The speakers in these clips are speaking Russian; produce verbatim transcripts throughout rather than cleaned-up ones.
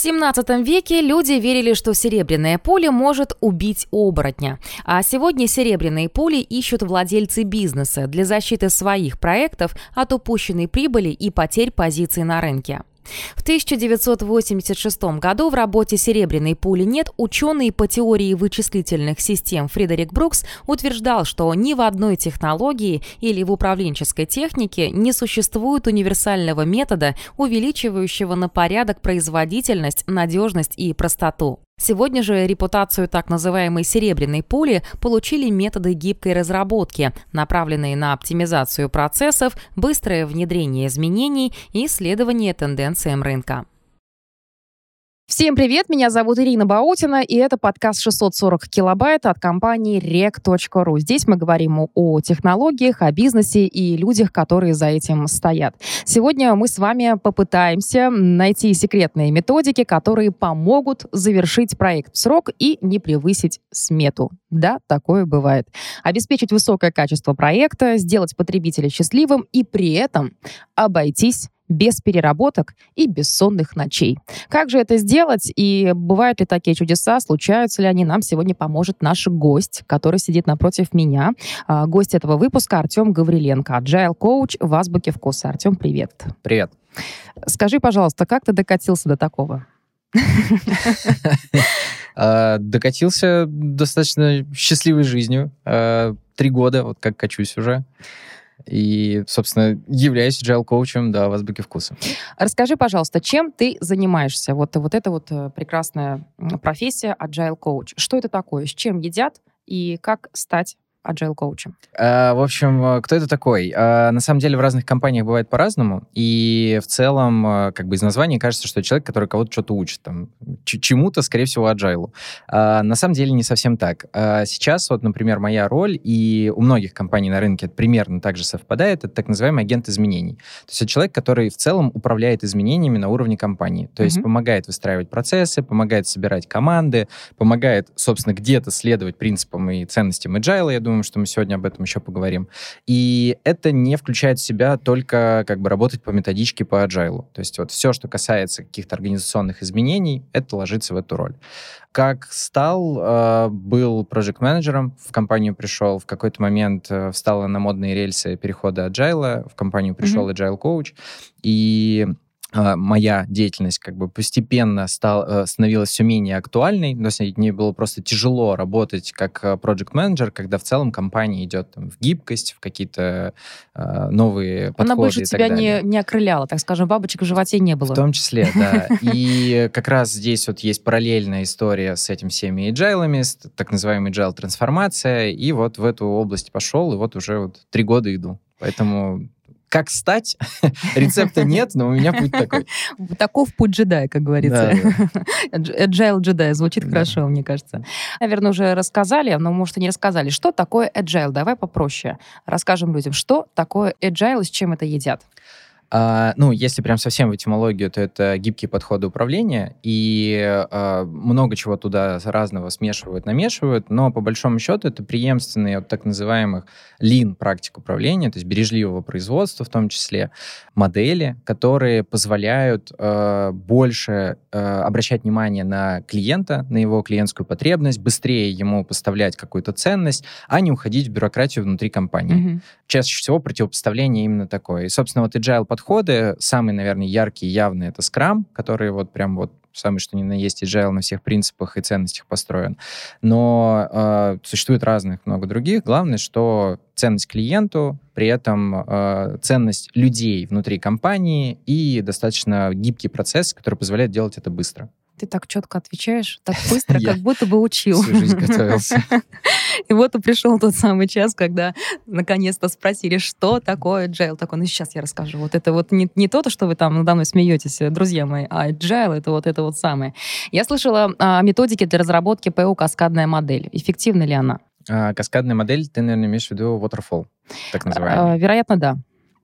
В семнадцатом веке люди верили, что серебряная пуля может убить оборотня. А сегодня серебряные пули ищут владельцы бизнеса для защиты своих проектов от упущенной прибыли и потерь позиций на рынке. В тысяча девятьсот восемьдесят шестом году в работе «Серебряной пули нет» ученый по теории вычислительных систем Фредерик Брукс утверждал, что ни в одной технологии или в управленческой технике не существует универсального метода, увеличивающего на порядок производительность, надежность и простоту. Сегодня же репутацию так называемой «серебряной пули» получили методы гибкой разработки, направленные на оптимизацию процессов, быстрое внедрение изменений и исследование тенденциям рынка. Всем привет, меня зовут Ирина Баутина, и это подкаст шестьсот сорок килобайт от компании рек точка ру. Здесь мы говорим о, о технологиях, о бизнесе и людях, которые за этим стоят. Сегодня мы с вами попытаемся найти секретные методики, которые помогут завершить проект в срок и не превысить смету. Да, такое бывает. Обеспечить высокое качество проекта, сделать потребителя счастливым и при этом обойтись без переработок и бессонных ночей. Как же это сделать и бывают ли такие чудеса, случаются ли они, нам сегодня поможет наш гость, который сидит напротив меня. А, гость этого выпуска Артем Гавриленко, Agile Coach в Азбуке Вкуса. Артем, привет. Привет. Скажи, пожалуйста, как ты докатился до такого? Докатился достаточно счастливой жизнью. Три года, вот как качусь уже. И, собственно, являюсь agile-коучем, да, в Азбуке Вкуса. Расскажи, пожалуйста, чем ты занимаешься? Вот, вот эта вот прекрасная профессия agile-коуч. Что это такое? С чем едят и как стать agile-коучем? А, в общем, кто это такой? А, на самом деле в разных компаниях бывает по-разному, и в целом, как бы из названия кажется, что это человек, который кого-то что-то учит, там, чему-то, скорее всего, agile. А, на самом деле не совсем так. А, сейчас, вот, например, моя роль, и у многих компаний на рынке это примерно так же совпадает, это так называемый агент изменений. То есть это человек, который в целом управляет изменениями на уровне компании, то есть mm-hmm. помогает выстраивать процессы, помогает собирать команды, помогает, собственно, где-то следовать принципам и ценностям agile, я думаю, Думаю, что мы сегодня об этом еще поговорим. И это не включает в себя только как бы работать по методичке по agile. То есть вот все, что касается каких-то организационных изменений, это ложится в эту роль. Как стал, э, был проект-менеджером, в компанию пришел, в какой-то момент э, встала на модные рельсы перехода agile, в компанию пришел mm-hmm. agile-коуч, и моя деятельность как бы постепенно стал, становилась все менее актуальной. То есть мне было просто тяжело работать как проект-менеджер, когда в целом компания идет там, в гибкость, в какие-то э, новые подходы. Она больше и тебя так далее. не, не окрыляла, так скажем, бабочек в животе не было. В том числе, да. И как раз здесь вот есть параллельная история с этим всеми agile-ами, так называемая agile-трансформация, и вот в эту область пошел, и вот уже вот три года иду. Поэтому... Как стать? Рецепта нет, но у меня путь такой. Таков путь джедая, как говорится. Да, да. Agile джедая звучит да. хорошо, мне кажется. Наверное, уже рассказали, но, может, и не рассказали. Что такое agile? Давай попроще. Расскажем людям, что такое agile и с чем это едят. Uh, ну, если прям совсем в этимологию, то это гибкие подходы управления, и uh, много чего туда разного смешивают, намешивают, но по большому счету это преемственные от так называемых лин практик управления, то есть бережливого производства в том числе, модели, которые позволяют uh, больше uh, обращать внимание на клиента, на его клиентскую потребность, быстрее ему поставлять какую-то ценность, а не уходить в бюрократию внутри компании. Mm-hmm. Чаще всего противопоставление именно такое. И, собственно, вот agile подход Подходы, самые, наверное, яркие, явные, это Scrum, который вот прям вот самый что ни на есть agile на всех принципах и ценностях построен. Но э, существует разных много других. Главное, что ценность клиенту, при этом э, ценность людей внутри компании и достаточно гибкий процесс, который позволяет делать это быстро. Ты так четко отвечаешь, так быстро, как будто бы учил. Всю жизнь готовился. И вот и пришел тот самый час, когда наконец-то спросили, что такое agile. Так, ну сейчас я расскажу. Вот это вот не, не то, что вы там надо мной смеетесь, друзья мои, а agile — это вот это вот самое. Я слышала о методике для разработки ПО «Каскадная модель». Эффективна ли она? А, каскадная модель, ты, наверное, имеешь в виду waterfall, так называемый. А, вероятно, да.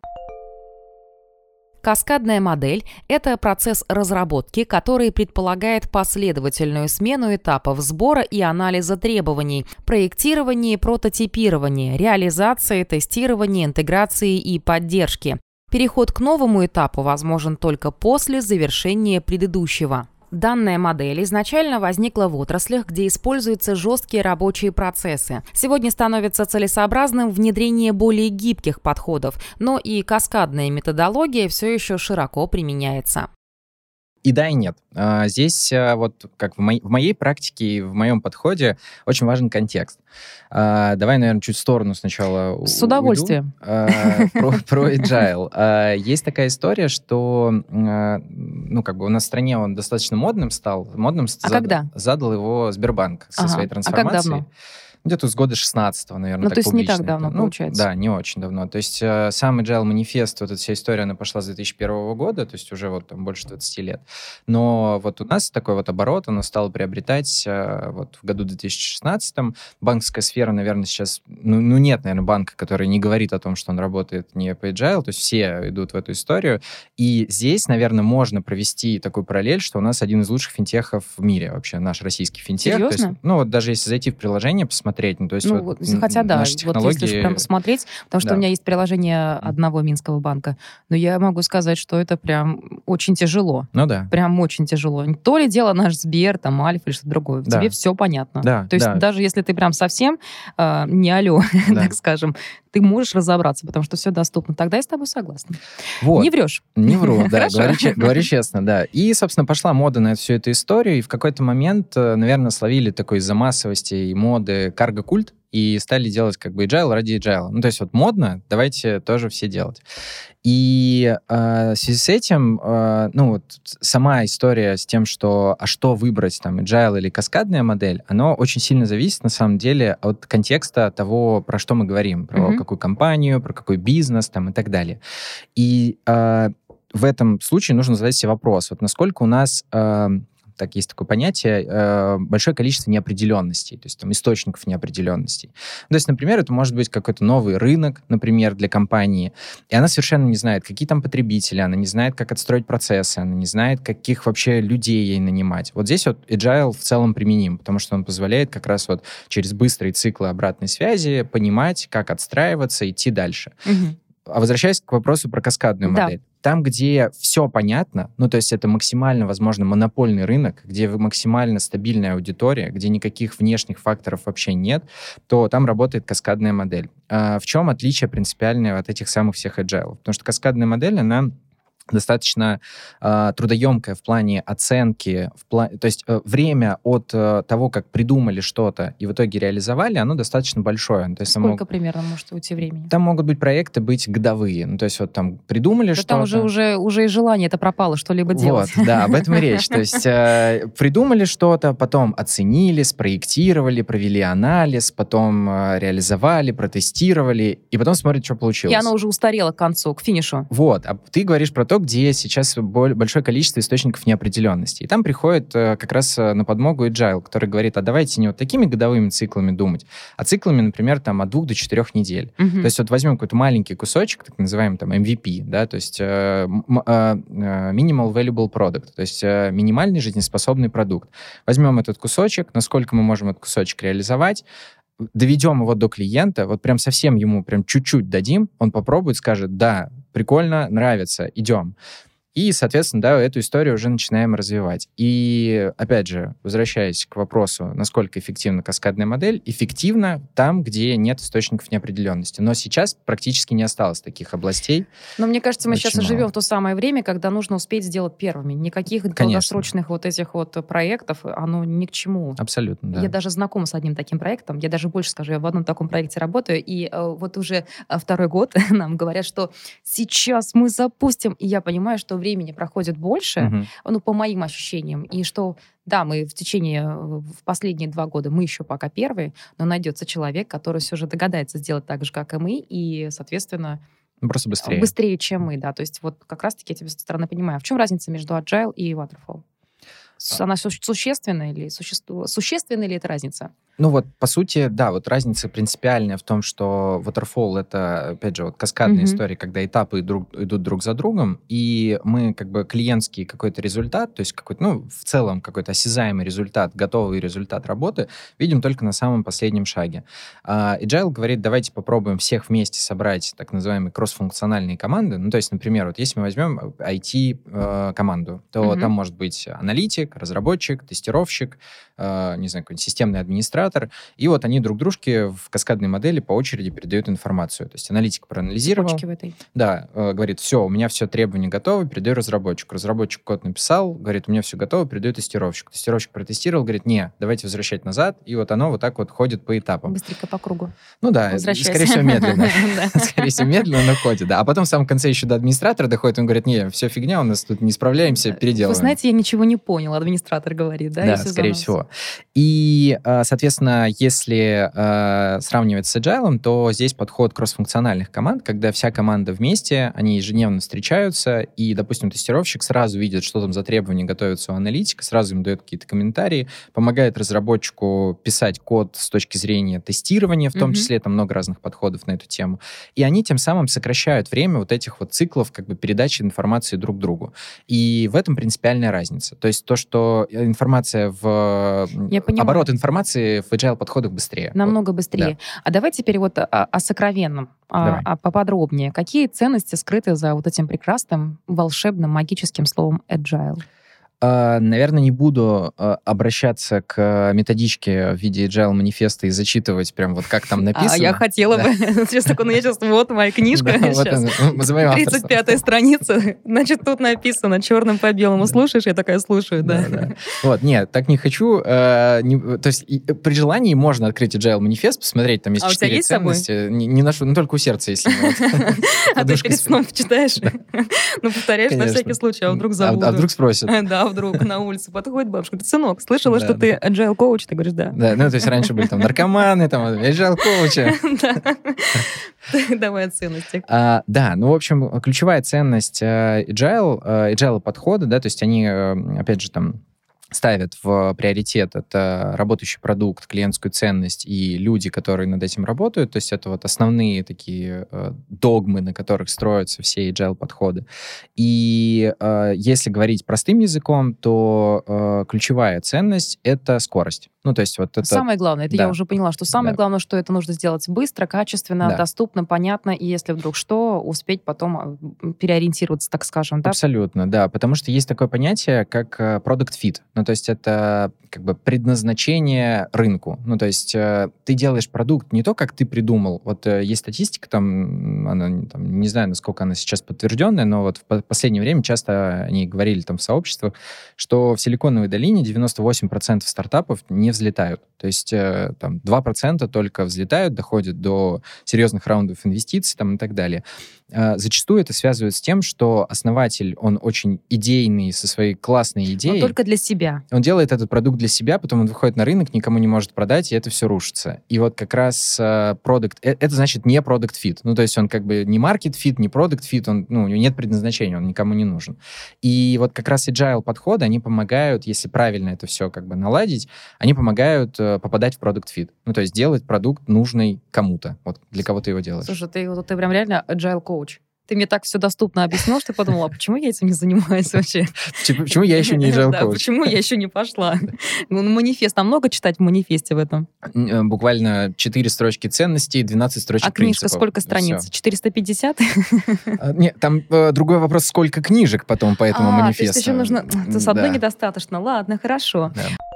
Каскадная модель – это процесс разработки, который предполагает последовательную смену этапов сбора и анализа требований, проектирования, прототипирования, реализации, тестирования, интеграции и поддержки. Переход к новому этапу возможен только после завершения предыдущего. Данная модель изначально возникла в отраслях, где используются жесткие рабочие процессы. Сегодня становится целесообразным внедрение более гибких подходов, но и каскадная методология все еще широко применяется. И да, и нет. Здесь вот как в, мо- в моей практике и в моем подходе очень важен контекст. Давай, наверное, чуть в сторону сначала С удовольствием. Про, про agile. Есть такая история, что ну, как бы у нас в стране он достаточно модным стал. Модным а зад... когда? задал его Сбербанк со ага. своей трансформацией. А как давно? Где-то с года шестнадцатого, наверное, ну, так то есть публично. не так давно, ну, получается. Да, не очень давно. То есть э, сам Agile манифест, вот эта вся история, она пошла с две тысячи первого года, то есть уже вот там больше двадцати лет. Но вот у нас такой вот оборот, оно стало приобретать э, вот в году две тысячи шестнадцатом. Банковская сфера, наверное, сейчас... Ну, ну, нет, наверное, банка, который не говорит о том, что он работает не по Agile, то есть все идут в эту историю. И здесь, наверное, можно провести такую параллель, что у нас один из лучших финтехов в мире вообще, наш российский финтех. Серьезно? То есть, ну, вот даже если зайти в приложение, посмотреть, ну, то есть ну, вот, хотя да, наши технологии... вот если прям посмотреть, потому что да. у меня есть приложение одного Минского банка, но я могу сказать, что это прям очень тяжело. Ну да. Прям очень тяжело. То ли дело наш Сбер, там, Альфа или что-то другое. Да. Тебе все понятно. Да, То есть да. даже если ты прям совсем э, не алё, Да. так скажем, ты можешь разобраться, потому что все доступно. Тогда я с тобой согласна. Вот. Не врешь. Не вру, да, Хорошо. говорю, че- говорю честно, да. И, собственно, пошла мода на всю эту историю, и в какой-то момент, э, наверное, словили такой из-за массовости и моды карго-культ, и стали делать как бы agile ради agile. Ну, то есть вот модно, давайте тоже все делать. И э, в связи с этим, э, ну, вот сама история с тем, что, а что выбрать, там, agile или каскадная модель, она очень сильно зависит, на самом деле, от контекста того, про что мы говорим, про Мгм. какую компанию, про какой бизнес, там, и так далее. И э, в этом случае нужно задать себе вопрос, вот насколько у нас... Э, так есть такое понятие, э, большое количество неопределенностей, то есть там источников неопределенностей. То есть, например, это может быть какой-то новый рынок, например, для компании, и она совершенно не знает, какие там потребители, она не знает, как отстроить процессы, она не знает, каких вообще людей ей нанимать. Вот здесь вот agile в целом применим, потому что он позволяет как раз вот через быстрые циклы обратной связи понимать, как отстраиваться, идти дальше. Мгм. А возвращаясь к вопросу про каскадную Да. модель. Там, где все понятно, ну, то есть это максимально, возможно, монопольный рынок, где вы максимально стабильная аудитория, где никаких внешних факторов вообще нет, то там работает каскадная модель. А в чем отличие принципиальное от этих самых всех agile? Потому что каскадная модель, она достаточно э, трудоемкая в плане оценки, в пла... то есть э, время от э, того, как придумали что-то и в итоге реализовали, оно достаточно большое. То есть там Сколько мог- примерно может уйти времени? Там могут быть проекты быть годовые. Ну, то есть вот там придумали Да что-то. там уже, уже, уже и желание это пропало что-либо делать. Вот, да, об этом и речь. То есть э, придумали что-то, потом оценили, спроектировали, провели анализ, потом э, реализовали, протестировали, и потом смотрят, что получилось. И оно уже устарело к концу, к финишу. Вот, а ты говоришь про то, где сейчас боль- большое количество источников неопределенности. И там приходит э, как раз э, на подмогу agile, который говорит, а давайте не вот такими годовыми циклами думать, а циклами, например, там от двух до четырех недель. Мгм. То есть вот возьмем какой-то маленький кусочек, так называемый там эм ви пи, да, то есть э, м- э, э, Minimal Valuable Product, то есть э, минимальный жизнеспособный продукт. Возьмем этот кусочек, насколько мы можем этот кусочек реализовать, доведем его до клиента, вот прям совсем ему прям чуть-чуть дадим, он попробует, скажет, да, прикольно, нравится, идем. И, соответственно, да, эту историю уже начинаем развивать. И, опять же, возвращаясь к вопросу, насколько эффективна каскадная модель, эффективна там, где нет источников неопределенности. Но сейчас практически не осталось таких областей. Но мне кажется, мы Очень сейчас мало. живем в то самое время, когда нужно успеть сделать первыми. Никаких долгосрочных вот этих вот проектов, оно ни к чему. Абсолютно, да. Я даже знакома с одним таким проектом. Я даже больше скажу, я в одном таком проекте работаю, и э, вот уже э, второй год нам говорят, что сейчас мы запустим, и я понимаю, что времени проходит больше, Мгм. ну, по моим ощущениям, и что, да, мы в течение, э, в последние два года, мы еще пока первые, но найдется человек, который все же догадается сделать так же, как и мы, и, соответственно, Ну, просто быстрее. быстрее, чем мы, да. То есть вот как раз-таки я тебя со стороны понимаю. В чем разница между Agile и Waterfall? С- Она су- существенная или существу... существенная ли эта разница? Ну вот, по сути, да, вот разница принципиальная в том, что Waterfall — это, опять же, вот каскадная Мгм. история, когда этапы друг- идут друг за другом, и мы как бы клиентский какой-то результат, то есть какой-то, ну, в целом какой-то осязаемый результат, готовый результат работы видим только на самом последнем шаге. А Agile говорит, давайте попробуем всех вместе собрать так называемые кроссфункциональные команды. Ну, то есть, например, вот если мы возьмем ай ти-команду, то Мгм. там может быть аналитик, аналитик, разработчик, тестировщик, э, не знаю, какой-нибудь системный администратор, и вот они друг дружке в каскадной модели по очереди передают информацию. То есть аналитик проанализировал. Цепочки в этой. Да, э, говорит, все, у меня все требования готовы, передаю разработчику. Разработчик код написал, говорит, у меня все готово, передаю тестировщику. Тестировщик протестировал, говорит, не, давайте возвращать назад, и вот оно вот так вот ходит по этапам. Быстренько по кругу. Ну да, скорее всего, медленно. Скорее всего, медленно, но ходит, да. А потом в самом конце еще до администратора доходит, он говорит, не, все фигня, у нас тут не справляемся, переделываем. Вы знаете, я ничего не понял, администратор говорит, да? Да, скорее всего. И, соответственно, если сравнивать с Agile, то здесь подход кроссфункциональных команд, когда вся команда вместе, они ежедневно встречаются, и, допустим, тестировщик сразу видит, что там за требования готовятся у аналитика, сразу им дает какие-то комментарии, помогает разработчику писать код с точки зрения тестирования, в том mm-hmm. числе там много разных подходов на эту тему. И они тем самым сокращают время вот этих вот циклов как бы передачи информации друг другу. И в этом принципиальная разница. То есть то, что информация в... Оборот информации в agile подходах быстрее. Намного вот. быстрее. Да. А давайте теперь вот о, о сокровенном, а, а поподробнее. Какие ценности скрыты за вот этим прекрасным, волшебным, магическим словом agile? Uh, наверное, не буду uh, обращаться к методичке в виде agile манифеста и зачитывать прям вот как там написано. А я хотела бы. Сейчас такой, я сейчас, вот моя книжка. тридцать пятая страница. Значит, тут написано черным по белому. Слушаешь? Я такая слушаю, да. Вот, нет, так не хочу. То есть при желании можно открыть agile манифест, посмотреть, там есть четыре ценности. Не ношу, но только у сердца, если... А ты перед сном читаешь? Ну, повторяешь на всякий случай, а вдруг забуду. А вдруг спросят? Да, вдруг на улице подходит бабушка, говорит, сынок, слышала, да, что да. ты agile коуч? Ты говоришь, да. Да, ну то есть раньше были там наркоманы, там agile коучи. Давай о ценностях. Да, ну в общем, ключевая ценность agile, agile подхода, да, то есть они, опять же, там, ставят в приоритет это работающий продукт, клиентскую ценность и люди, которые над этим работают. То есть это вот основные такие э, догмы, на которых строятся все agile-подходы. И э, если говорить простым языком, то э, ключевая ценность — это скорость. Ну, то есть вот это... Самое главное, это да. я уже поняла, что самое да. главное, что это нужно сделать быстро, качественно, да. доступно, понятно, и если вдруг что, успеть потом переориентироваться, так скажем, да? Абсолютно, да, потому что есть такое понятие, как product fit. Ну, то есть это как бы предназначение рынку. Ну, то есть э, ты делаешь продукт не то, как ты придумал. Вот э, есть статистика, там, она, там, не знаю, насколько она сейчас подтвержденная, но вот в последнее время часто они говорили там в сообществах, что в Силиконовой долине девяносто восемь процентов стартапов не взлетают. То есть э, там два процента только взлетают, доходят до серьезных раундов инвестиций там, и так далее. Э, зачастую это связывают с тем, что основатель, он очень идейный, со своей классной идеей. Но только для себя. Он делает этот продукт для себя, потом он выходит на рынок, никому не может продать, и это все рушится. И вот как раз э, продукт, э, это значит не product fit. Ну, то есть он как бы не market fit, не product fit, он, ну, у него нет предназначения, он никому не нужен. И вот как раз agile подходы, они помогают, если правильно это все как бы наладить, они помогают э, попадать в product fit. Ну, то есть делать продукт нужный кому-то. Вот для кого ты его делаешь. Слушай, ты, ты прям реально agile коуч. Ты мне так все доступно объяснил, что я подумала, а почему я этим не занимаюсь вообще? Почему я еще не agile коуч? Почему я еще не пошла? Ну, манифест, там много читать в манифесте в этом? Буквально четыре строчки ценностей, двенадцать строчек принципов. А книжка сколько страниц? четыреста пятьдесят? Нет, там другой вопрос, сколько книжек потом по этому манифесту. А, то есть еще нужно... С одной недостаточно. Ладно, хорошо.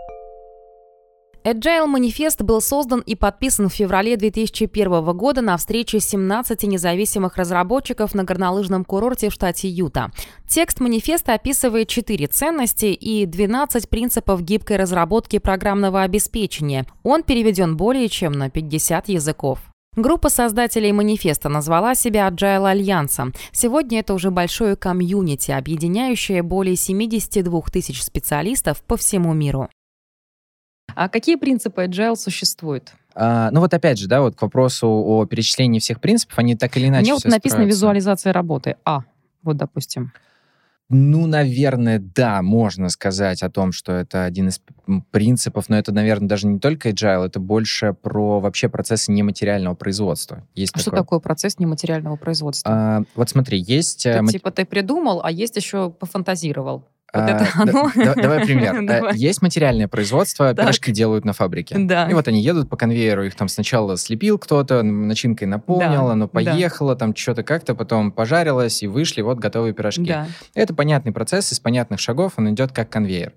Agile манифест был создан и подписан в феврале две тысячи первого года на встрече семнадцати независимых разработчиков на горнолыжном курорте в штате Юта. Текст манифеста описывает четыре ценности и двенадцать принципов гибкой разработки программного обеспечения. Он переведен более чем на пятьдесят языков. Группа создателей манифеста назвала себя Agile Альянсом. Сегодня это уже большое комьюнити, объединяющее более семьдесят два тысяч специалистов по всему миру. А какие принципы agile существуют? А, ну вот опять же, да, вот к вопросу о перечислении всех принципов, они так или иначе Мне вот написано строятся. Визуализация работы. А, вот допустим. Ну, наверное, да, можно сказать о том, что это один из принципов, но это, наверное, даже не только agile, это больше про вообще процессы нематериального производства. Есть а такое... что такое процесс нематериального производства? А, вот смотри, есть... Ты, мат... Типа ты придумал, а есть еще пофантазировал. Вот а, это оно? Да, да, давай пример. Давай. Есть материальное производство, Так. пирожки делают на фабрике. Да. И вот они едут по конвейеру, их там сначала слепил кто-то, начинкой наполнил, Да, оно да. поехало, там что-то как-то, потом пожарилось, и вышли вот готовые пирожки. Да. Это понятный процесс, из понятных шагов он идет как конвейер.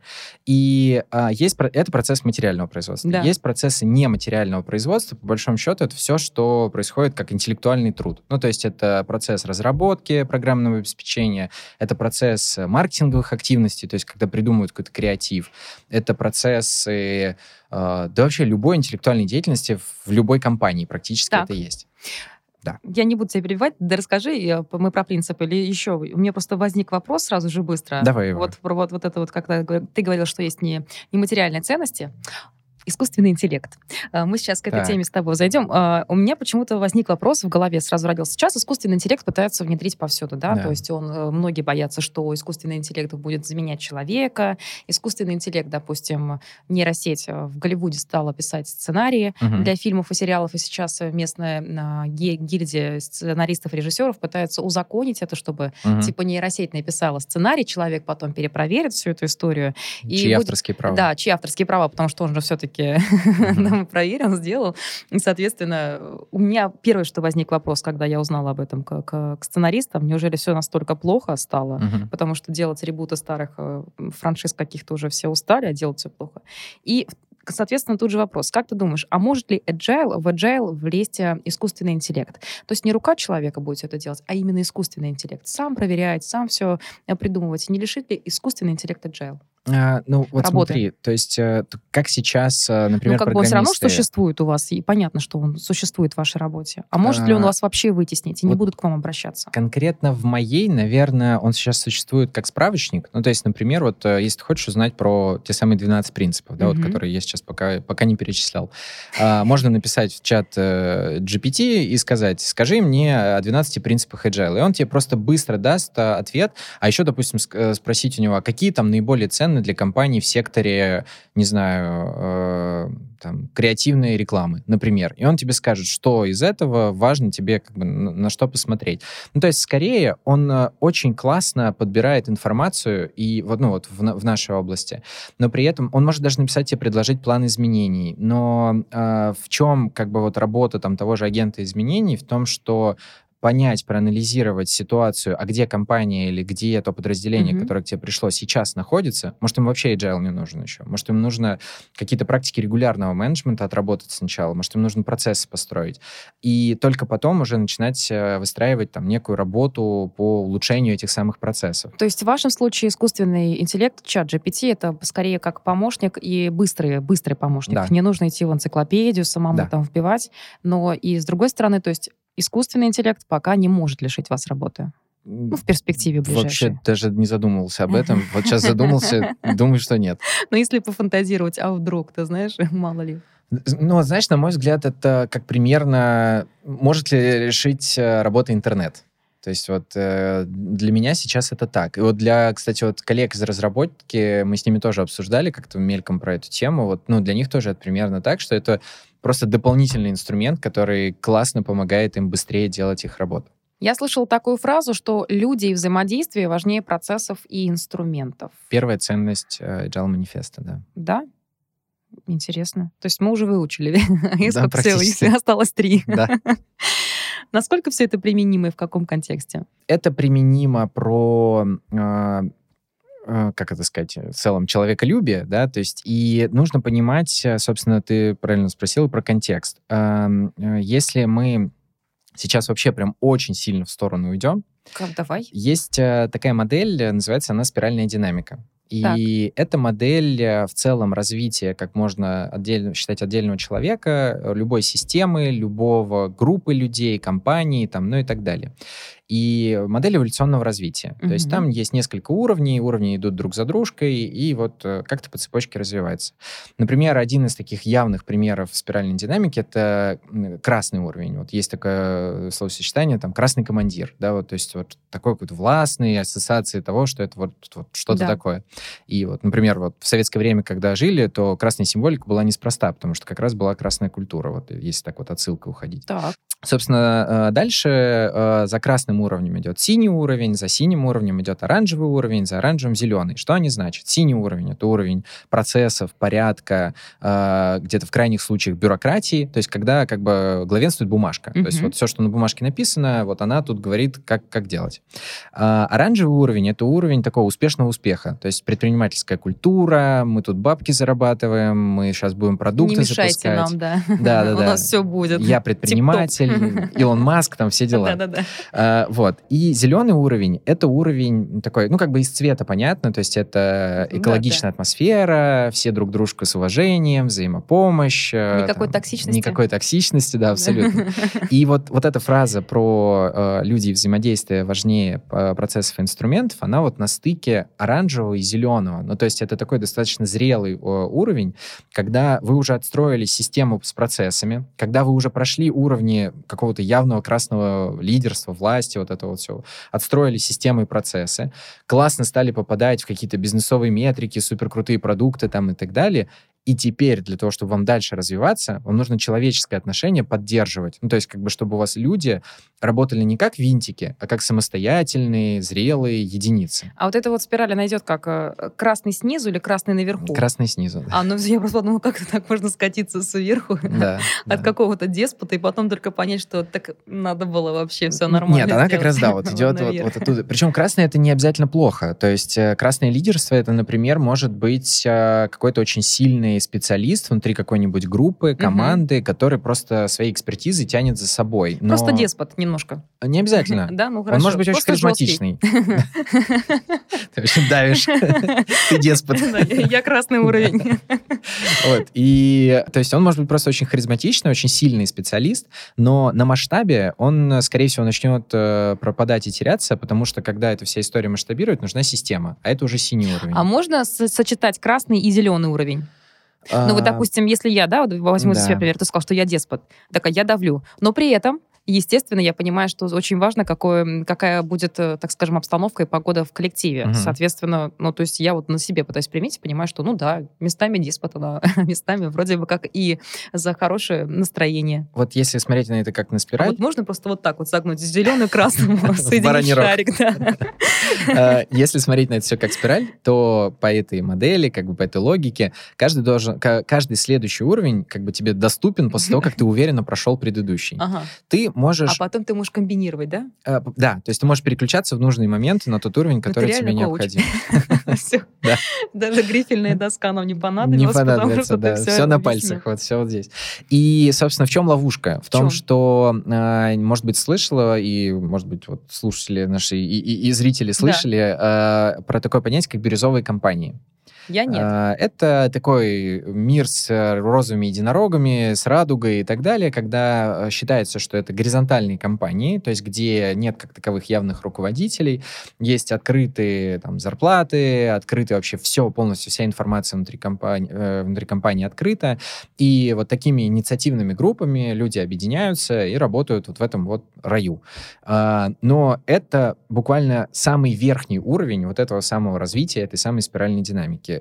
И а, есть про- это процесс материального производства. Да. Есть процессы нематериального производства, по большому счету, это все, что происходит как интеллектуальный труд. Ну, то есть это процесс разработки программного обеспечения, это процесс маркетинговых активностей, то есть когда придумывают какой-то креатив, это процессы, э, да вообще любой интеллектуальной деятельности в любой компании практически Так. это есть. Да. Я не буду тебя перебивать, да расскажи, я- мы про принцип или еще. У меня просто возник вопрос сразу же быстро. Давай его. Вот про вот, вот это вот, когда говор- ты говорил, что есть не, нематериальные ценности, искусственный интеллект. А, Мы сейчас к этой Так. теме с тобой зайдем. А, У меня почему-то возник вопрос в голове, сразу родился. Сейчас искусственный интеллект пытаются внедрить повсюду, да? Да. То есть он, э, многие боятся, что искусственный интеллект будет заменять человека. Искусственный интеллект, допустим, нейросеть э, в Голливуде стала писать сценарии Мгм. для фильмов и сериалов, и сейчас э, местная а, ге- гильдия сценаристов и режиссеров пытается узаконить это, чтобы Мгм. типа нейросеть написала сценарий, человек потом перепроверит всю эту историю. и Чьи будет- авторские права? Да, чьи авторские права, потому что он же все-таки Мгм. проверил, сделал. И, соответственно, у меня первое, что возник вопрос, когда я узнала об этом к, к- к сценаристам, неужели все настолько плохо стало? Мгм. Потому что делать ребуты старых э, франшиз каких-то уже все устали, а делать все плохо. И, соответственно, тут же вопрос. Как ты думаешь, а может ли agile, в agile влезть э, искусственный интеллект? То есть не рука человека будет все это делать, а именно искусственный интеллект. Сам проверять, сам все придумывать. Не лишит ли искусственный интеллект agile? А, ну, вот Работы. смотри, то есть э, т- как сейчас, э, например, Ну, как бы он все равно программисты... существует у вас, и понятно, что он существует в вашей работе. А может ли он А, вас вообще вытеснить, и не вот будут к вам обращаться? Конкретно в моей, наверное, он сейчас существует как справочник. Ну, то есть, например, вот э, если ты хочешь узнать про те самые двенадцать принципов, да, вот, Мгм. которые я сейчас пока, пока не перечислял, а, можно написать в чат э, джи пи ти и сказать, скажи мне о двенадцати принципах agile. И он тебе просто быстро даст а, ответ. А еще, допустим, ск- э, спросить у него, а какие там наиболее ценны для компании в секторе, не знаю, э, там, креативной рекламы, например. И он тебе скажет, что из этого важно тебе как бы на, на что посмотреть. Ну, то есть, скорее, он э, очень классно подбирает информацию и вот, ну, вот в, на- в нашей области, но при этом он может даже написать тебе, предложить план изменений. Но э, в чем как бы вот работа там того же агента изменений? В том, что понять, проанализировать ситуацию, а где компания или где то подразделение, Мгм. которое к тебе пришло, сейчас находится. Может, им вообще agile не нужен еще. Может, им нужно какие-то практики регулярного менеджмента отработать сначала. Может, им нужно процессы построить. И только потом уже начинать э, выстраивать там некую работу по улучшению этих самых процессов. То есть в вашем случае искусственный интеллект, чат джи пи ти, это скорее как помощник и быстрый, быстрый помощник. Да. Не нужно идти в энциклопедию, самому Да. там вбивать. Но и с другой стороны, то есть искусственный интеллект пока не может лишить вас работы. Ну, в перспективе ближайшей. Вообще даже не задумывался об этом. Вот сейчас задумался, думаю, что нет. Но если пофантазировать, а вдруг, ты знаешь, мало ли. Ну, знаешь, на мой взгляд, это как примерно... Может ли решить э, работа интернет? То есть вот э, для меня сейчас это так. И вот для, кстати, вот коллег из разработки, мы с ними тоже обсуждали как-то мельком про эту тему. Вот, ну, для них тоже это примерно так, что это просто дополнительный инструмент, который классно помогает им быстрее делать их работу. Я слышала такую фразу, что люди и взаимодействие важнее процессов и инструментов. Первая ценность э, Agile манифеста, да. Да? Интересно. То есть мы уже выучили. И Да, сколько всего? практически. Осталось три. Да. Насколько все это применимо и в каком контексте? Это применимо про... э, э, как это сказать, в целом человеколюбие, да, то есть и нужно понимать, э, собственно, ты правильно спросил про контекст. Эм, э, Если мы сейчас вообще прям очень сильно в сторону уйдем, Как, давай. есть э, такая модель, э, называется она спиральная динамика. И эта модель э, в целом развития, как можно отдельно, считать отдельного человека, э, любой системы, любого группы людей, компаний, там, ну и так далее. И модель эволюционного развития. То есть Мгм. там есть несколько уровней, уровни идут друг за дружкой, и вот э, как-то по цепочке развивается. Например, один из таких явных примеров спиральной динамики — это м, красный уровень. Вот есть такое словосочетание, там, красный командир, да, вот, то есть вот такой какой-то властный, ассоциации того, что это вот, вот что-то Да. такое. И вот, например, вот в советское время, когда жили, то красная символика была неспроста, потому что как раз была красная культура, вот если так вот отсылкой уходить. Так. Собственно, э, дальше э, за красным красным уровнем идет синий уровень, за синим уровнем идет оранжевый уровень, за оранжевым зеленый. Что они значат? Синий уровень — это уровень процессов, порядка, э, где-то в крайних случаях бюрократии, то есть когда как бы главенствует бумажка. Mm-hmm. То есть вот все, что на бумажке написано, вот она тут говорит, как, как делать. А оранжевый уровень — это уровень такого успешного успеха, то есть предпринимательская культура, мы тут бабки зарабатываем, мы сейчас будем продукты запускать. Не мешайте нам, да. Да, да, да. У нас все будет. Я предприниматель, Илон Маск, там все дела. Да, да, да. А, вот. И зеленый уровень — это уровень такой, ну, как бы из цвета понятно, то есть это экологичная да, да. атмосфера, все друг дружку с уважением, взаимопомощь. Никакой там, токсичности. Никакой токсичности, да, абсолютно. И вот, вот эта фраза про э, люди и взаимодействие важнее процессов и инструментов, она вот на стыке оранжевого и зеленого. Ну, то есть это такой достаточно зрелый э, уровень, когда вы уже отстроили систему с процессами, когда вы уже прошли уровни какого-то явного красного лидерства, власти, вот это вот все, отстроили системы и процессы, классно стали попадать в какие-то бизнесовые метрики, суперкрутые продукты там и так далее. И теперь для того, чтобы вам дальше развиваться, вам нужно человеческое отношение поддерживать. Ну, то есть, как бы, чтобы у вас люди работали не как винтики, а как самостоятельные, зрелые единицы. А вот эта вот спираль, она идет как красный снизу или красный наверху? Красный снизу. Да. А, ну я просто подумала, как так можно скатиться сверху да, от да. какого-то деспота, и потом только понять, что так надо было вообще все нормально Нет, она сделать. как раз, да, вот идет вот, вот оттуда. Причем красное — это не обязательно плохо. То есть красное лидерство — это, например, может быть какой-то очень сильный специалист внутри какой-нибудь группы, команды, угу. который просто своей экспертизой тянет за собой. Но... Просто деспот немножко. Не обязательно. Да, ну хорошо. Он может быть просто очень харизматичный. Ты очень давишь. Ты деспот. Я красный уровень. Вот. И, то есть он может быть просто очень харизматичный, очень сильный специалист, но на масштабе он, скорее всего, начнет э, пропадать и теряться, потому что, когда эта вся история масштабирует, нужна система, а это уже синий уровень. А можно с- сочетать красный и зеленый уровень? А... Ну вот, допустим, если я, да, вот возьму да. за себя пример, ты сказал, что я деспот, так, а я давлю, но при этом естественно, я понимаю, что очень важно, какое, какая будет, так скажем, обстановка и погода в коллективе. Uh-huh. Соответственно, ну, то есть я вот на себе пытаюсь применить, понимаю, что, ну да, местами деспота, да, местами вроде бы как и за хорошее настроение. Вот если смотреть на это как на спираль... А вот можно просто вот так вот загнуть зеленый, красный, соединить шарик, да. Если смотреть на это все как спираль, то по этой модели, как бы по этой логике, каждый должен, каждый следующий уровень как бы тебе доступен после того, как ты уверенно прошел предыдущий. Ты можешь... А потом ты можешь комбинировать, да? А, да, то есть ты можешь переключаться в нужные моменты на тот уровень, который тебе необходим. Даже грифельная доска нам не понадобилась. Не понадобится, да. Все на пальцах, вот все вот здесь. И, собственно, в чем ловушка? В том, что, может быть, слышала, и, может быть, вот слушатели наши и зрители слышали про такое понятие, как бирюзовые компании. Я нет. Это такой мир с розовыми единорогами, с радугой и так далее, когда считается, что это горизонтальные компании, то есть где нет как таковых явных руководителей, есть открытые там, зарплаты, открытые вообще все, полностью вся информация внутри компании, внутри компании открыта, и вот такими инициативными группами люди объединяются и работают вот в этом вот раю. Но это буквально самый верхний уровень вот этого самого развития, этой самой спиральной динамики.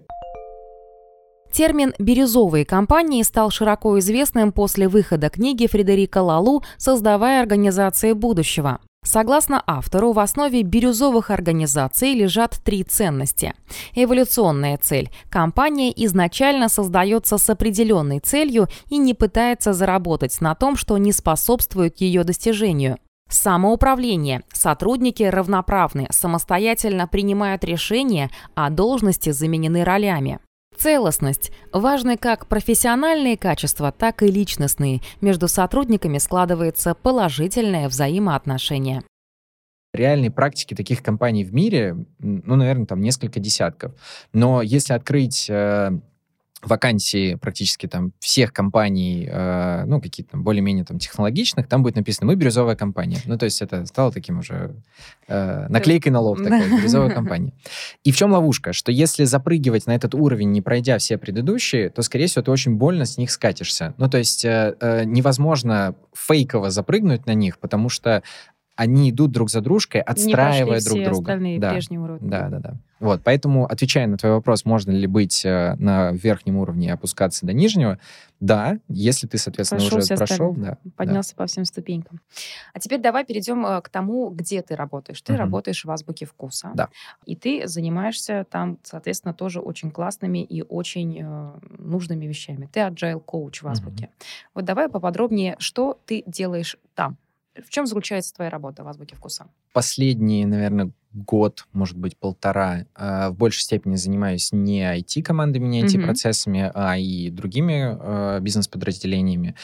Термин «бирюзовые компании» стал широко известным после выхода книги Фредерика Лалу «Создавая организации будущего». Согласно автору, в основе бирюзовых организаций лежат три ценности. Эволюционная цель. Компания изначально создается с определенной целью и не пытается заработать на том, что не способствует ее достижению. Самоуправление. Сотрудники равноправны, самостоятельно принимают решения, а должности заменены ролями. Целостность. Важны как профессиональные качества, так и личностные. Между сотрудниками складывается положительное взаимоотношение. Реальной практики таких компаний в мире, ну, наверное, там несколько десятков. Но если открыть э, вакансии практически там всех компаний, э, ну, какие-то там более-менее там технологичных, там будет написано «Мы бирюзовая компания». Ну, то есть это стало таким уже э, наклейкой на лоб такой, бирюзовая компания. И в чем ловушка? Что если запрыгивать на этот уровень, не пройдя все предыдущие, то, скорее всего, ты очень больно с них скатишься. Ну, то есть э, э, невозможно фейково запрыгнуть на них, потому что они идут друг за дружкой, отстраивая друг все друга. Остальные да. прежние уровни. Да, да, да. Вот, поэтому, отвечая на твой вопрос, можно ли быть э, на верхнем уровне и опускаться до нижнего, да, если ты, соответственно, Прошел уже все прошел, остальные, да. поднялся да. по всем ступенькам. А теперь давай перейдем э, к тому, где ты работаешь. Ты Мгм. работаешь в «Азбуке вкуса». Да. И ты занимаешься там, соответственно, тоже очень классными и очень э, нужными вещами. Ты agile коуч в «Азбуке». Мгм. Вот давай поподробнее, что ты делаешь там? В чем заключается твоя работа в «Азбуке вкуса»? Последние, наверное, год, может быть, полтора, э, в большей степени занимаюсь не ай ти-командами, не ай ти-процессами, а и другими э, бизнес-подразделениями.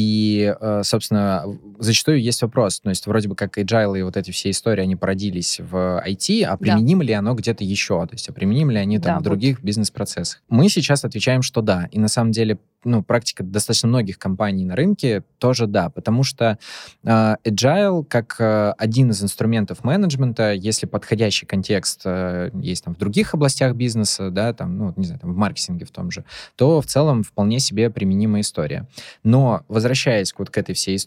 И, э, собственно, зачастую есть вопрос, то есть вроде бы как agile и вот эти все истории, они породились в ай ти, а применимо да. ли оно где-то еще? То есть а применимы ли они там да, в других вот. бизнес-процессах? Мы сейчас отвечаем, что да. И на самом деле ну, практика достаточно многих компаний на рынке тоже да, потому что э, agile как э, один из инструментов менеджмента, если подходящий контекст э, есть там в других областях бизнеса, да, там, ну, не знаю, там в маркетинге в том же, то в целом вполне себе применима история. Но возвращаясь вот к этой всей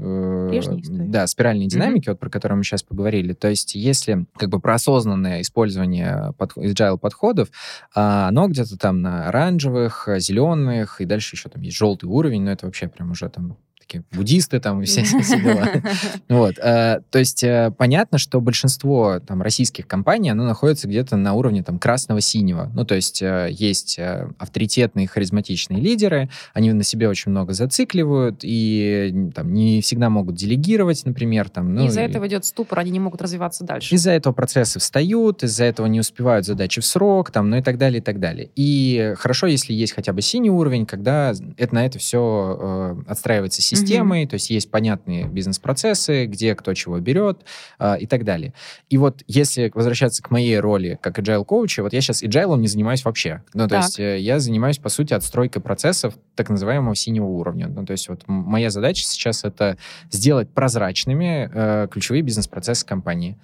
э, да, спиральной динамике, mm-hmm. вот про которую мы сейчас поговорили, то есть если как бы про осознанное использование под, agile подходов, э, оно где-то там на оранжевых, зеленых, и дальше еще там есть желтый уровень, но это вообще прям уже там такие буддисты там и все, все дела. Вот. То есть понятно, что большинство там российских компаний, оно находится где-то на уровне там красного-синего. Ну, то есть есть авторитетные, харизматичные лидеры, они на себе очень много зацикливают и там не всегда могут делегировать, например. Там, ну, из-за и... этого идет ступор, они не могут развиваться дальше. Из-за этого процессы встают, из-за этого не успевают задачи в срок, там, ну и так далее, и так далее. И хорошо, если есть хотя бы синий уровень, когда это, на это все э, отстраивается система, системой, mm-hmm. то есть есть понятные бизнес-процессы, где кто чего берет э, и так далее. И вот если возвращаться к моей роли как agile-коуча, вот я сейчас agile не занимаюсь вообще. Ну, то так. есть э, я занимаюсь, по сути, отстройкой процессов так называемого синего уровня. Ну, то есть вот м- моя задача сейчас это сделать прозрачными э, ключевые бизнес-процессы компании.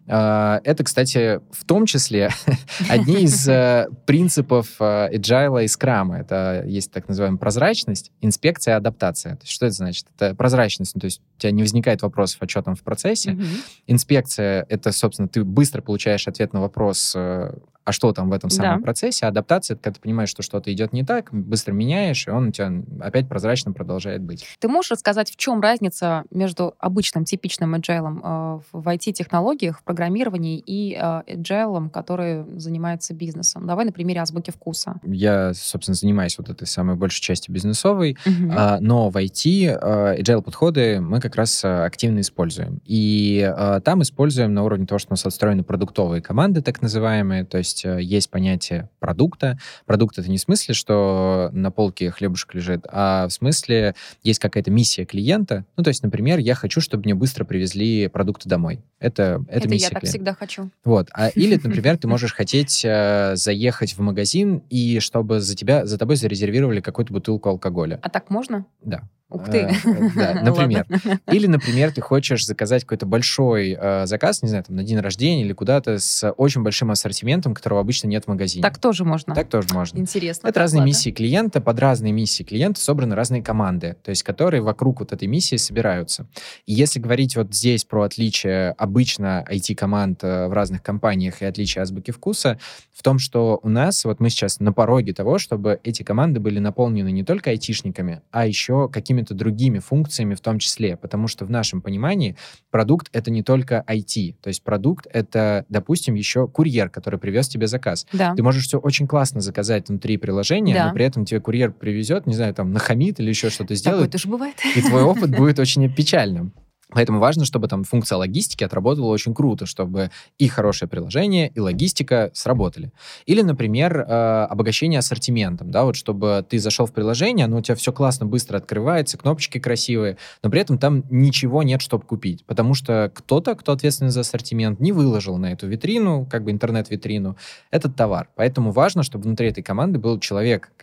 Это, кстати, в том числе одни из э, принципов э, agile и скрама. Это есть так называемая прозрачность, инспекция, адаптация. То есть, что это значит? Это прозрачность, ну, то есть у тебя не возникает вопросов, а что там в процессе. Mm-hmm. Инспекция — это, собственно, ты быстро получаешь ответ на вопрос, э, а что там в этом самом да. процессе. Адаптация — это когда ты понимаешь, что что-то идет не так, быстро меняешь, и он у тебя опять прозрачно продолжает быть. Ты можешь рассказать, в чем разница между обычным, типичным agile э, в ай ти-технологиях, в программировании и э, agile, который занимается бизнесом? Давай на примере «Азбуки вкуса». Я, собственно, занимаюсь вот этой самой большей частью бизнесовой, uh-huh. э, но в ай ти э, agile-подходы мы как раз э, активно используем. И э, там используем на уровне того, что у нас отстроены продуктовые команды, так называемые, то есть есть понятие продукта. Продукт — это не в смысле, что на полке хлебушек лежит, а в смысле есть какая-то миссия клиента. Ну, то есть, например, я хочу, чтобы мне быстро привезли продукты домой. Это, это, это миссия я так клиента. Всегда хочу. Вот. А, или, например, ты можешь хотеть э, заехать в магазин, и чтобы за тебя, за тобой зарезервировали какую-то бутылку алкоголя. А так можно? Да. Ух ты. Да, например. Или, например, ты хочешь заказать какой-то большой э, заказ, не знаю, там, на день рождения или куда-то с очень большим ассортиментом, которого обычно нет в магазине. Так тоже можно? Так тоже можно. Интересно. Это разные миссии клиента, под разные миссии клиента собраны разные команды, то есть которые вокруг вот этой миссии собираются. И если говорить вот здесь про отличие обычно ай ти-команд э, в разных компаниях и отличие «Азбуки вкуса», в том, что у нас, вот мы сейчас на пороге того, чтобы эти команды были наполнены не только айтишниками, а еще какими-то другими функциями в том числе, потому что в нашем понимании продукт — это не только ай ти, то есть продукт — это, допустим, еще курьер, который привез тебе заказ. Да. Ты можешь все очень классно заказать внутри приложения, да. но при этом тебе курьер привезет, не знаю, там, нахамит или еще что-то сделает. Такое тоже бывает. И твой опыт будет очень печальным. Поэтому важно, чтобы там функция логистики отработала очень круто, чтобы и хорошее приложение, и логистика сработали. Или, например, э, обогащение ассортиментом, да, вот чтобы ты зашел в приложение, оно у тебя все классно, быстро открывается, кнопочки красивые, но при этом там ничего нет, чтобы купить, потому что кто-то, кто ответственен за ассортимент, не выложил на эту витрину, как бы интернет-витрину, этот товар. Поэтому важно, чтобы внутри этой команды был человек, как бы